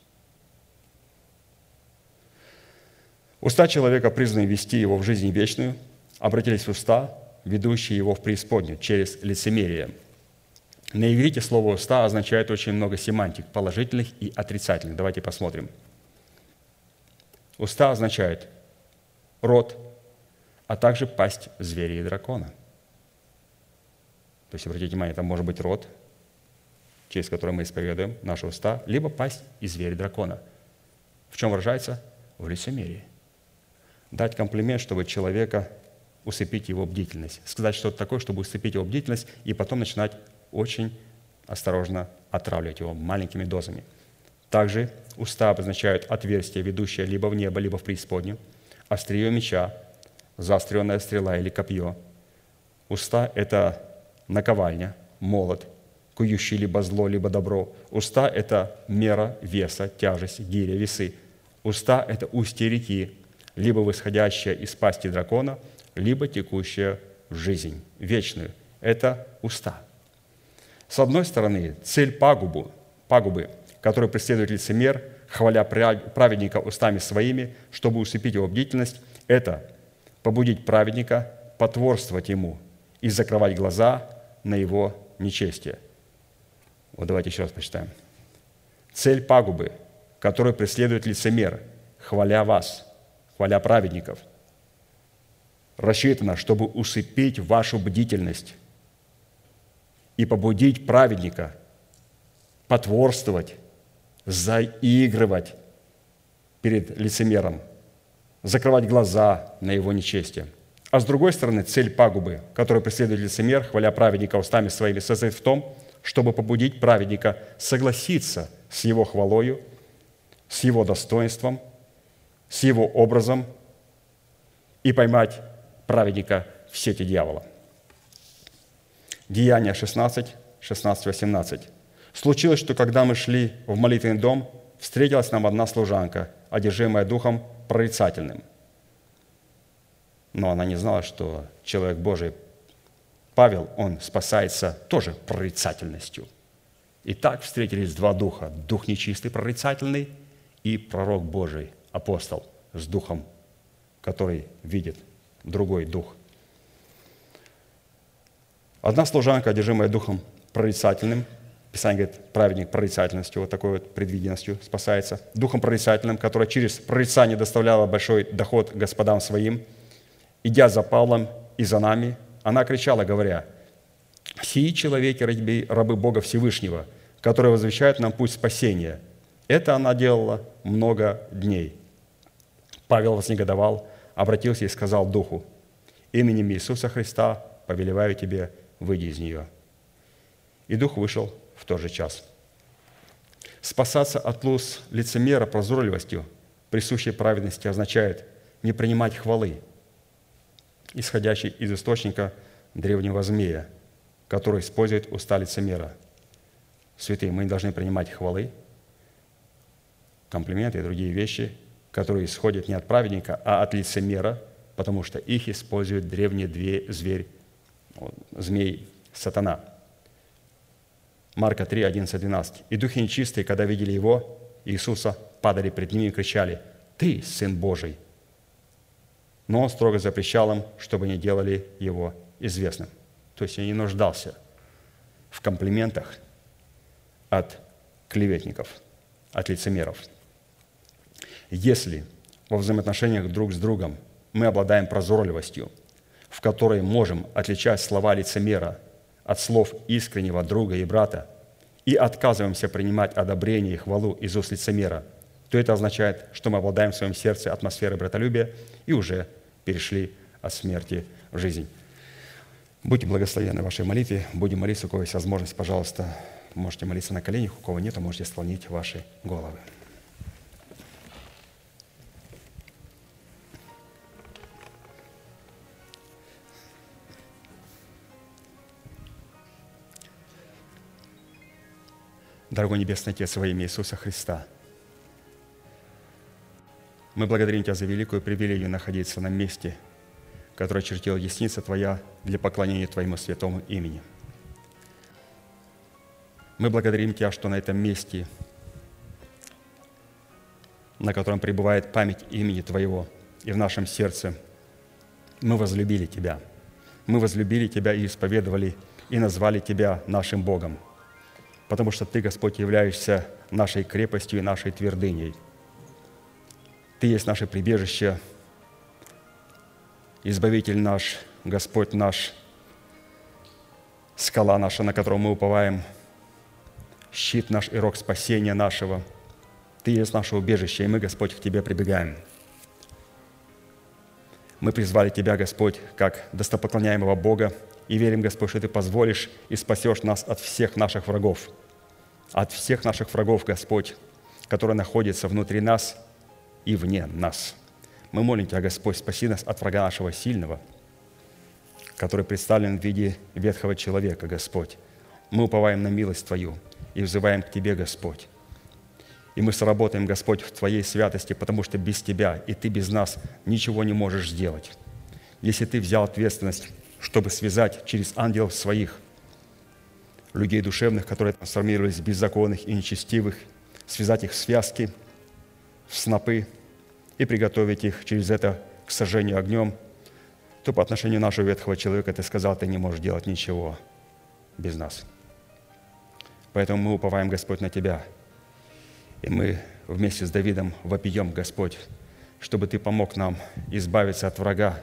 Уста человека призваны вести его в жизнь вечную, обратились в уста, ведущие его в преисподнюю через лицемерие. На иврите слово «уста» означает очень много семантик, положительных и отрицательных. Давайте посмотрим. Уста означает рот, а также пасть зверя и дракона. То есть, обратите внимание, это может быть рот, через который мы исповедуем наши уста, либо пасть и зверь дракона. В чем выражается? В лицемерии. Дать комплимент, чтобы человека усыпить его бдительность. Сказать что-то такое, чтобы усыпить его бдительность, и потом начинать очень осторожно отравливать его маленькими дозами. Также уста обозначают отверстие, ведущее либо в небо, либо в преисподнюю, острие меча, заостренная стрела или копье. Уста – это наковальня, молот, кующий либо зло, либо добро. Уста – это мера веса, тяжесть, гиря, весы. Уста – это устье реки, либо восходящая из пасти дракона, либо текущая в жизнь вечную. Это уста. С одной стороны, цель пагубы, которую преследует лицемер, хваля праведника устами своими, чтобы усыпить его бдительность, это побудить праведника потворствовать ему и закрывать глаза на его нечестие. Вот давайте еще раз прочитаем. Цель пагубы, которую преследует лицемер, хваля вас, хваля праведников, рассчитана, чтобы усыпить вашу бдительность и побудить праведника потворствовать, заигрывать перед лицемером, закрывать глаза на его нечестие. А с другой стороны, цель пагубы, которую преследует лицемер, хваля праведника устами своими, состоит в том, чтобы побудить праведника согласиться с его хвалою, с его достоинством, с его образом и поймать праведника в сети дьявола. Деяния 16, 18. «Случилось, что когда мы шли в молитвенный дом, встретилась нам одна служанка, одержимая духом прорицательным». Но она не знала, что человек Божий Павел, он спасается тоже прорицательностью. И так встретились два духа. Дух нечистый, прорицательный, и пророк Божий, апостол, с духом, который видит другой дух. Одна служанка, одержимая духом прорицательным, Писание говорит, праведник прорицательностью, вот такой вот предвиденностью спасается, духом прорицательным, который через прорицание доставляла большой доход господам своим, идя за Павлом и за нами, она кричала, говоря: «Сии человеки, рабы Бога Всевышнего, которые возвещают нам путь спасения». Это она делала много дней. Павел вознегодовал, обратился и сказал духу: «Именем Иисуса Христа повелеваю тебе, выйди из нее». И дух вышел в тот же час. Спасаться от луз лицемера прозорливостью, присущей праведности, означает не принимать хвалы, исходящей из источника древнего змея, который использует уста лицемера. Святые, мы не должны принимать хвалы, комплименты и другие вещи, которые исходят не от праведника, а от лицемера, потому что их использует древний зверь, змей, сатана. Марка 3, 11, 12. «И духи нечистые, когда видели его, Иисуса, падали пред ними и кричали: „Ты, Сын Божий!“ Но он строго запрещал им, чтобы не делали его известным». То есть я не нуждался в комплиментах от клеветников, от лицемеров. Если во взаимоотношениях друг с другом мы обладаем прозорливостью, в которой можем отличать слова лицемера от слов искреннего друга и брата, и отказываемся принимать одобрение и хвалу из уст лицемера, то это означает, что мы обладаем в своем сердце атмосферой братолюбия и уже перешли от смерти в жизнь. Будьте благословенны в вашей молитве. Будем молиться, у кого есть возможность, пожалуйста, можете молиться на коленях, у кого нет, можете склонить ваши головы. Дорогой Небесный Отец, во имя Иисуса Христа, мы благодарим Тебя за великую привилегию находиться на месте, которое чертила десница Твоя для поклонения Твоему святому имени. Мы благодарим Тебя, что на этом месте, на котором пребывает память имени Твоего, и в нашем сердце мы возлюбили Тебя. Мы возлюбили Тебя и исповедовали, и назвали Тебя нашим Богом, потому что Ты, Господь, являешься нашей крепостью и нашей твердыней. Ты есть наше прибежище, Избавитель наш, Господь наш, скала наша, на которую мы уповаем, щит наш и рог спасения нашего. Ты есть наше убежище, и мы, Господь, к Тебе прибегаем. Мы призвали Тебя, Господь, как достопоклоняемого Бога, и верим, Господь, что Ты позволишь и спасешь нас от всех наших врагов. От всех наших врагов, Господь, которые находятся внутри нас и вне нас. Мы молим Тебя, Господь, спаси нас от врага нашего сильного, который представлен в виде ветхого человека, Господь. Мы уповаем на милость Твою и взываем к Тебе, Господь. И мы сработаем, Господь, в Твоей святости, потому что без Тебя и Ты без нас ничего не можешь сделать. Если Ты взял ответственность, чтобы связать через ангелов своих людей душевных, которые трансформировались в беззаконных и нечестивых, связать их в связки, в снопы и приготовить их через это к сожжению огнем, то по отношению нашего ветхого человека Ты сказал, Ты не можешь делать ничего без нас. Поэтому мы уповаем, Господь, на Тебя. И мы вместе с Давидом вопием, Господь, чтобы Ты помог нам избавиться от врага,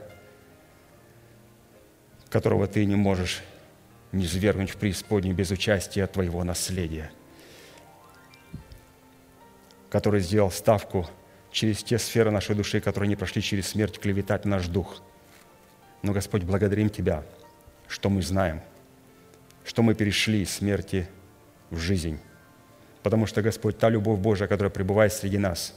которого Ты не можешь низвергнуть в преисподнюю без участия Твоего наследия. который сделал ставку через те сферы нашей души, которые не прошли через смерть, клеветать на наш дух. Но, Господь, благодарим Тебя, что мы знаем, что мы перешли из смерти в жизнь. Потому что, Господь, та любовь Божия, которая пребывает среди нас,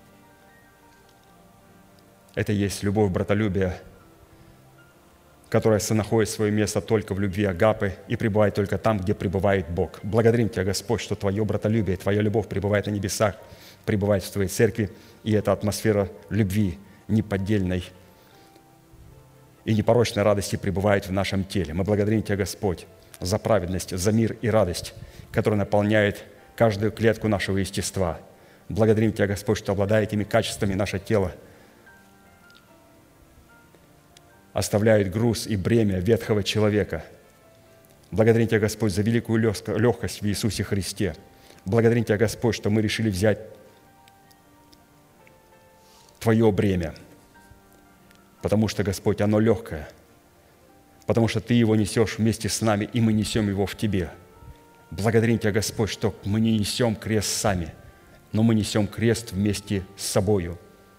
это и есть любовь братолюбия, которая находит свое место только в любви агапы и пребывает только там, где пребывает Бог. Благодарим Тебя, Господь, что Твое братолюбие, Твоя любовь пребывает на небесах, пребывает в Твоей церкви, и эта атмосфера любви неподдельной и непорочной радости пребывает в нашем теле. Мы благодарим Тебя, Господь, за праведность, за мир и радость, которая наполняет каждую клетку нашего естества. Благодарим Тебя, Господь, что, обладая этими качествами, наше тело оставляет груз и бремя ветхого человека. Благодарим Тебя, Господь, за великую легкость в Иисусе Христе. Благодарим Тебя, Господь, что мы решили взять Твое бремя, потому что, Господь, оно легкое, потому что Ты его несешь вместе с нами, и мы несем его в Тебе. Благодарим Тебя, Господь, что мы не несем крест сами, но мы несем крест вместе с собою.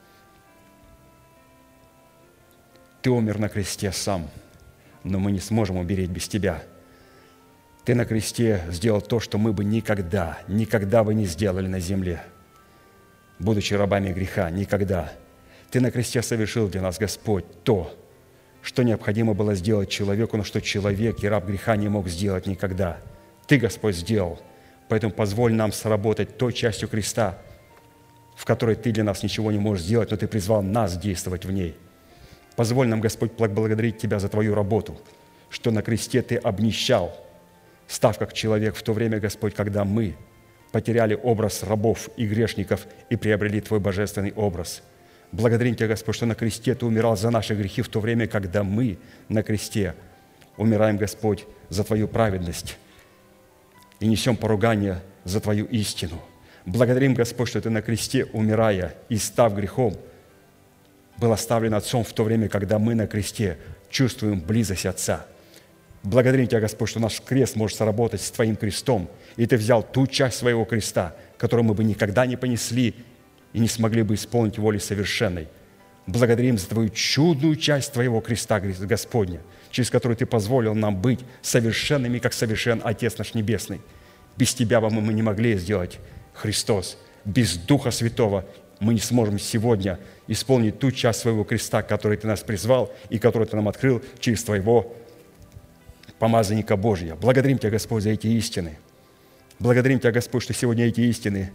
Ты умер на кресте сам, но мы не сможем умереть без Тебя. Ты на кресте сделал то, что мы бы никогда бы не сделали на земле, будучи рабами греха, никогда. Ты на кресте совершил для нас, Господь, то, что необходимо было сделать человеку, но что человек и раб греха не мог сделать никогда. Ты, Господь, сделал. Поэтому позволь нам сработать той частью креста, в которой Ты для нас ничего не можешь сделать, но Ты призвал нас действовать в ней. Позволь нам, Господь, благодарить Тебя за Твою работу, что на кресте Ты обнищал, став как человек в то время, Господь, когда мы потеряли образ рабов и грешников и приобрели Твой божественный образ. Благодарим Тебя, Господь, что на кресте Ты умирал за наши грехи в то время, когда мы на кресте умираем, Господь, за Твою праведность и несем поругание за Твою истину. Благодарим, Господь, что Ты на кресте, умирая и став грехом, был оставлен Отцом в то время, когда мы на кресте чувствуем близость Отца. Благодарим Тебя, Господь, что наш крест может сработать с Твоим крестом, и Ты взял ту часть своего креста, которую мы бы никогда не понесли и не смогли бы исполнить воли совершенной. Благодарим за Твою чудную часть Твоего креста, Господня, через которую Ты позволил нам быть совершенными, как совершен Отец наш Небесный. Без Тебя бы мы не могли сделать, Христос. Без Духа Святого мы не сможем сегодня исполнить ту часть своего креста, которой Ты нас призвал и которую Ты нам открыл через Твоего помазанника Божия. Благодарим Тебя, Господь, за эти истины. Благодарим Тебя, Господь, что сегодня эти истины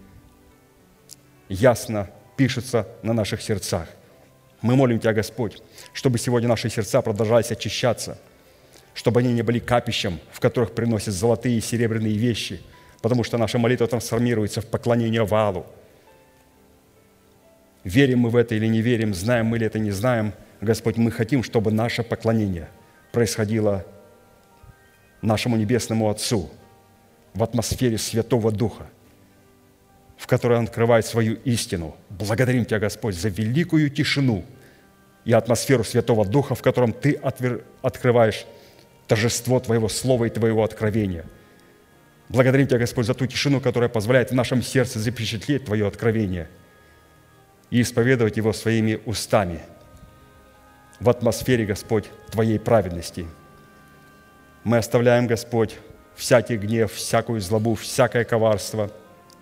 ясно пишутся на наших сердцах. Мы молим Тебя, Господь, чтобы сегодня наши сердца продолжались очищаться, чтобы они не были капищем, в которых приносят золотые и серебряные вещи, потому что наша молитва трансформируется в поклонение Ваалу. Верим мы в это или не верим, знаем мы ли это, не знаем, Господь, мы хотим, чтобы наше поклонение происходило нашему Небесному Отцу в атмосфере Святого Духа, в которой Он открывает свою истину. Благодарим Тебя, Господь, за великую тишину и атмосферу Святого Духа, в котором Ты открываешь торжество Твоего Слова и Твоего откровения. Благодарим Тебя, Господь, за ту тишину, которая позволяет в нашем сердце запечатлеть Твое откровение и исповедовать его своими устами в атмосфере, Господь, Твоей праведности. Мы оставляем, Господь, всякий гнев, всякую злобу, всякое коварство,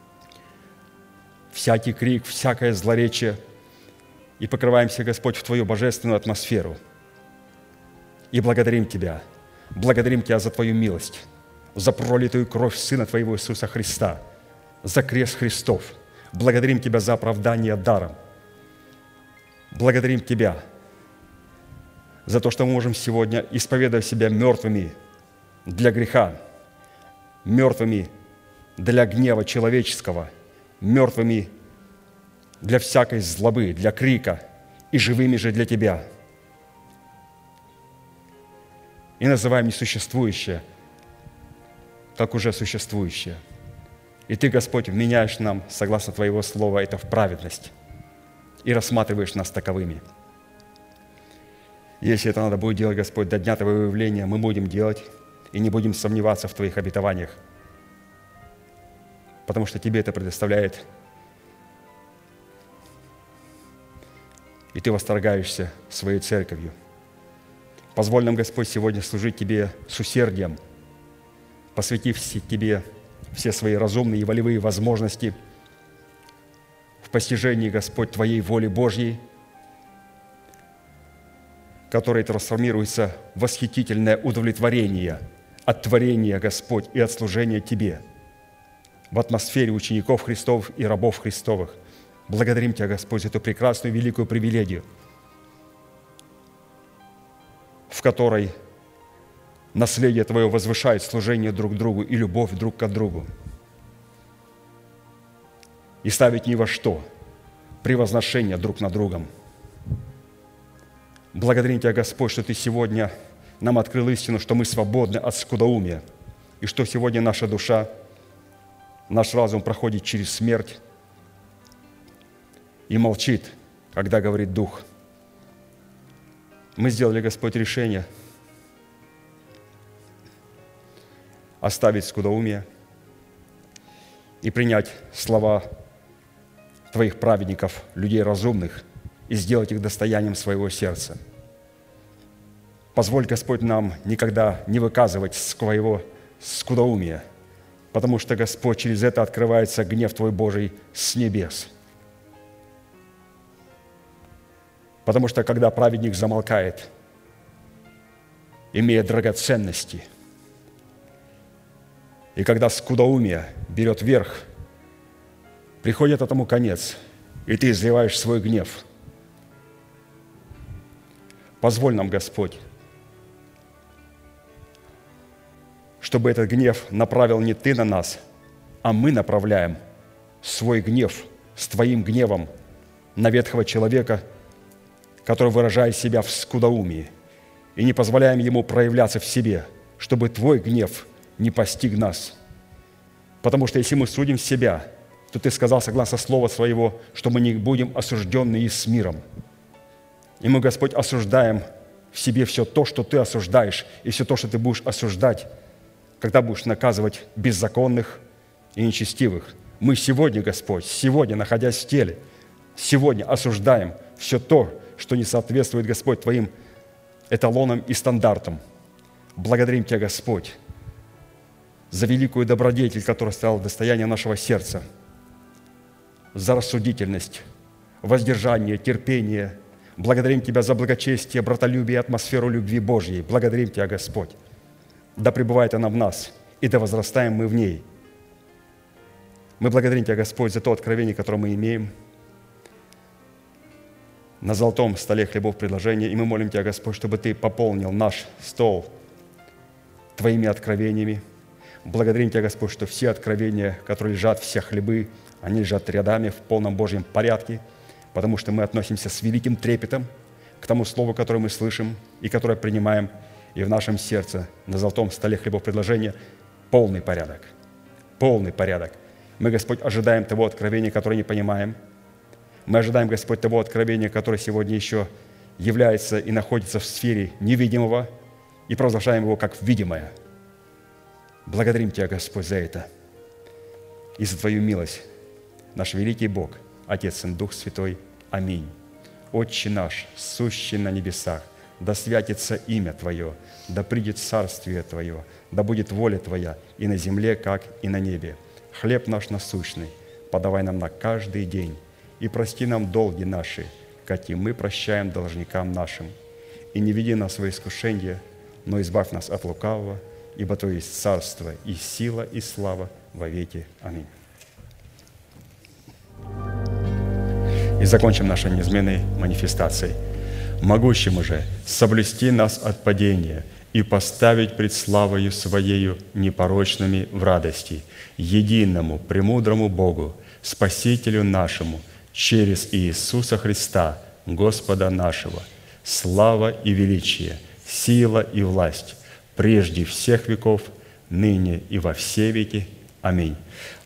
всякий крик, всякое злоречие и покрываемся, Господь, в Твою божественную атмосферу. И благодарим Тебя за Твою милость, за пролитую кровь Сына Твоего Иисуса Христа, за крест Христов. Благодарим Тебя за оправдание даром. Благодарим Тебя за то, что мы можем сегодня исповедовать себя мертвыми для греха, мертвыми для гнева человеческого, мертвыми для всякой злобы, для крика, и живыми же для Тебя. И называем несуществующее, как уже существующее. И Ты, Господь, вменяешь нам, согласно Твоего Слова, это в праведность и рассматриваешь нас таковыми. Если это надо будет делать, Господь, до дня Твоего явления, мы будем делать и не будем сомневаться в Твоих обетованиях, потому что Тебе это предоставляет и Ты восторгаешься своей церковью. Позволь нам, Господь, сегодня служить Тебе с усердием, посвятив Тебе все свои разумные и волевые возможности в постижении, Господь, Твоей воли Божьей, которая трансформируется в восхитительное удовлетворение от творения, Господь, и от служения Тебе в атмосфере учеников Христовых и рабов Христовых. Благодарим Тебя, Господь, за эту прекрасную великую привилегию, в которой наследие Твое возвышает служение друг другу и любовь друг к другу. И ставить ни во что превозношение друг над другом. Благодарим Тебя, Господь, что Ты сегодня нам открыл истину, что мы свободны от скудоумия, и что сегодня наша душа, наш разум проходит через смерть и молчит, когда говорит Дух. Мы сделали, Господь, решение оставить скудоумие и принять слова Твоих праведников, людей разумных, и сделать их достоянием своего сердца. Позволь, Господь, нам никогда не выказывать своего скудоумия, потому что, Господь, через это открывается гнев Твой Божий с небес. Потому что, когда праведник замолкает, имея драгоценности, и когда скудоумие берет верх, приходит этому конец, и ты изливаешь свой гнев. Позволь нам, Господь, чтобы этот гнев направил не Ты на нас, а мы направляем свой гнев с Твоим гневом на ветхого человека, который выражает себя в скудоумии, и не позволяем ему проявляться в себе, чтобы Твой гнев не постиг нас. Потому что если мы судим себя, то Ты сказал, согласно Слова Своего, что мы не будем осужденны и с миром. И мы, Господь, осуждаем в себе все то, что Ты осуждаешь, и все то, что Ты будешь осуждать, когда будешь наказывать беззаконных и нечестивых. Мы сегодня, Господь, сегодня, находясь в теле, сегодня осуждаем все то, что не соответствует, Господь, Твоим эталонам и стандартам. Благодарим Тебя, Господь, за великую добродетель, которая стала достоянием нашего сердца, за рассудительность, воздержание, терпение. Благодарим Тебя за благочестие, братолюбие и атмосферу любви Божьей. Благодарим Тебя, Господь. Да пребывает она в нас, и да возрастаем мы в ней. Мы благодарим Тебя, Господь, за то откровение, которое мы имеем на золотом столе хлебов предложения, и мы молим Тебя, Господь, чтобы Ты пополнил наш стол Твоими откровениями. Благодарим Тебя, Господь, что все откровения, которые лежат, все хлебы, они лежат рядами в полном Божьем порядке, потому что мы относимся с великим трепетом к тому слову, которое мы слышим и которое принимаем, и в нашем сердце на золотом столе хлебов предложения полный порядок. Полный порядок. Мы, Господь, ожидаем того откровения, которое не понимаем. Мы ожидаем, Господь, того откровения, которое сегодня еще является и находится в сфере невидимого, и провозглашаем его как видимое. Благодарим Тебя, Господь, за это и за Твою милость, наш великий Бог, Отец, Сын, Дух Святой. Аминь. Отче наш, сущий на небесах, да святится имя Твое, да придет царствие Твое, да будет воля Твоя и на земле, как и на небе. Хлеб наш насущный подавай нам на каждый день, и прости нам долги наши, как и мы прощаем должникам нашим. И не веди нас во искушение, но избавь нас от лукавого, ибо То есть царство и сила и слава во веки. Аминь. И закончим нашей неизменной манифестацией. Могущему же соблюсти нас от падения и поставить пред славою Своею непорочными в радости, единому, премудрому Богу, Спасителю нашему, через Иисуса Христа, Господа нашего, слава и величие, сила и власть, прежде всех веков, ныне и во все веки. Аминь.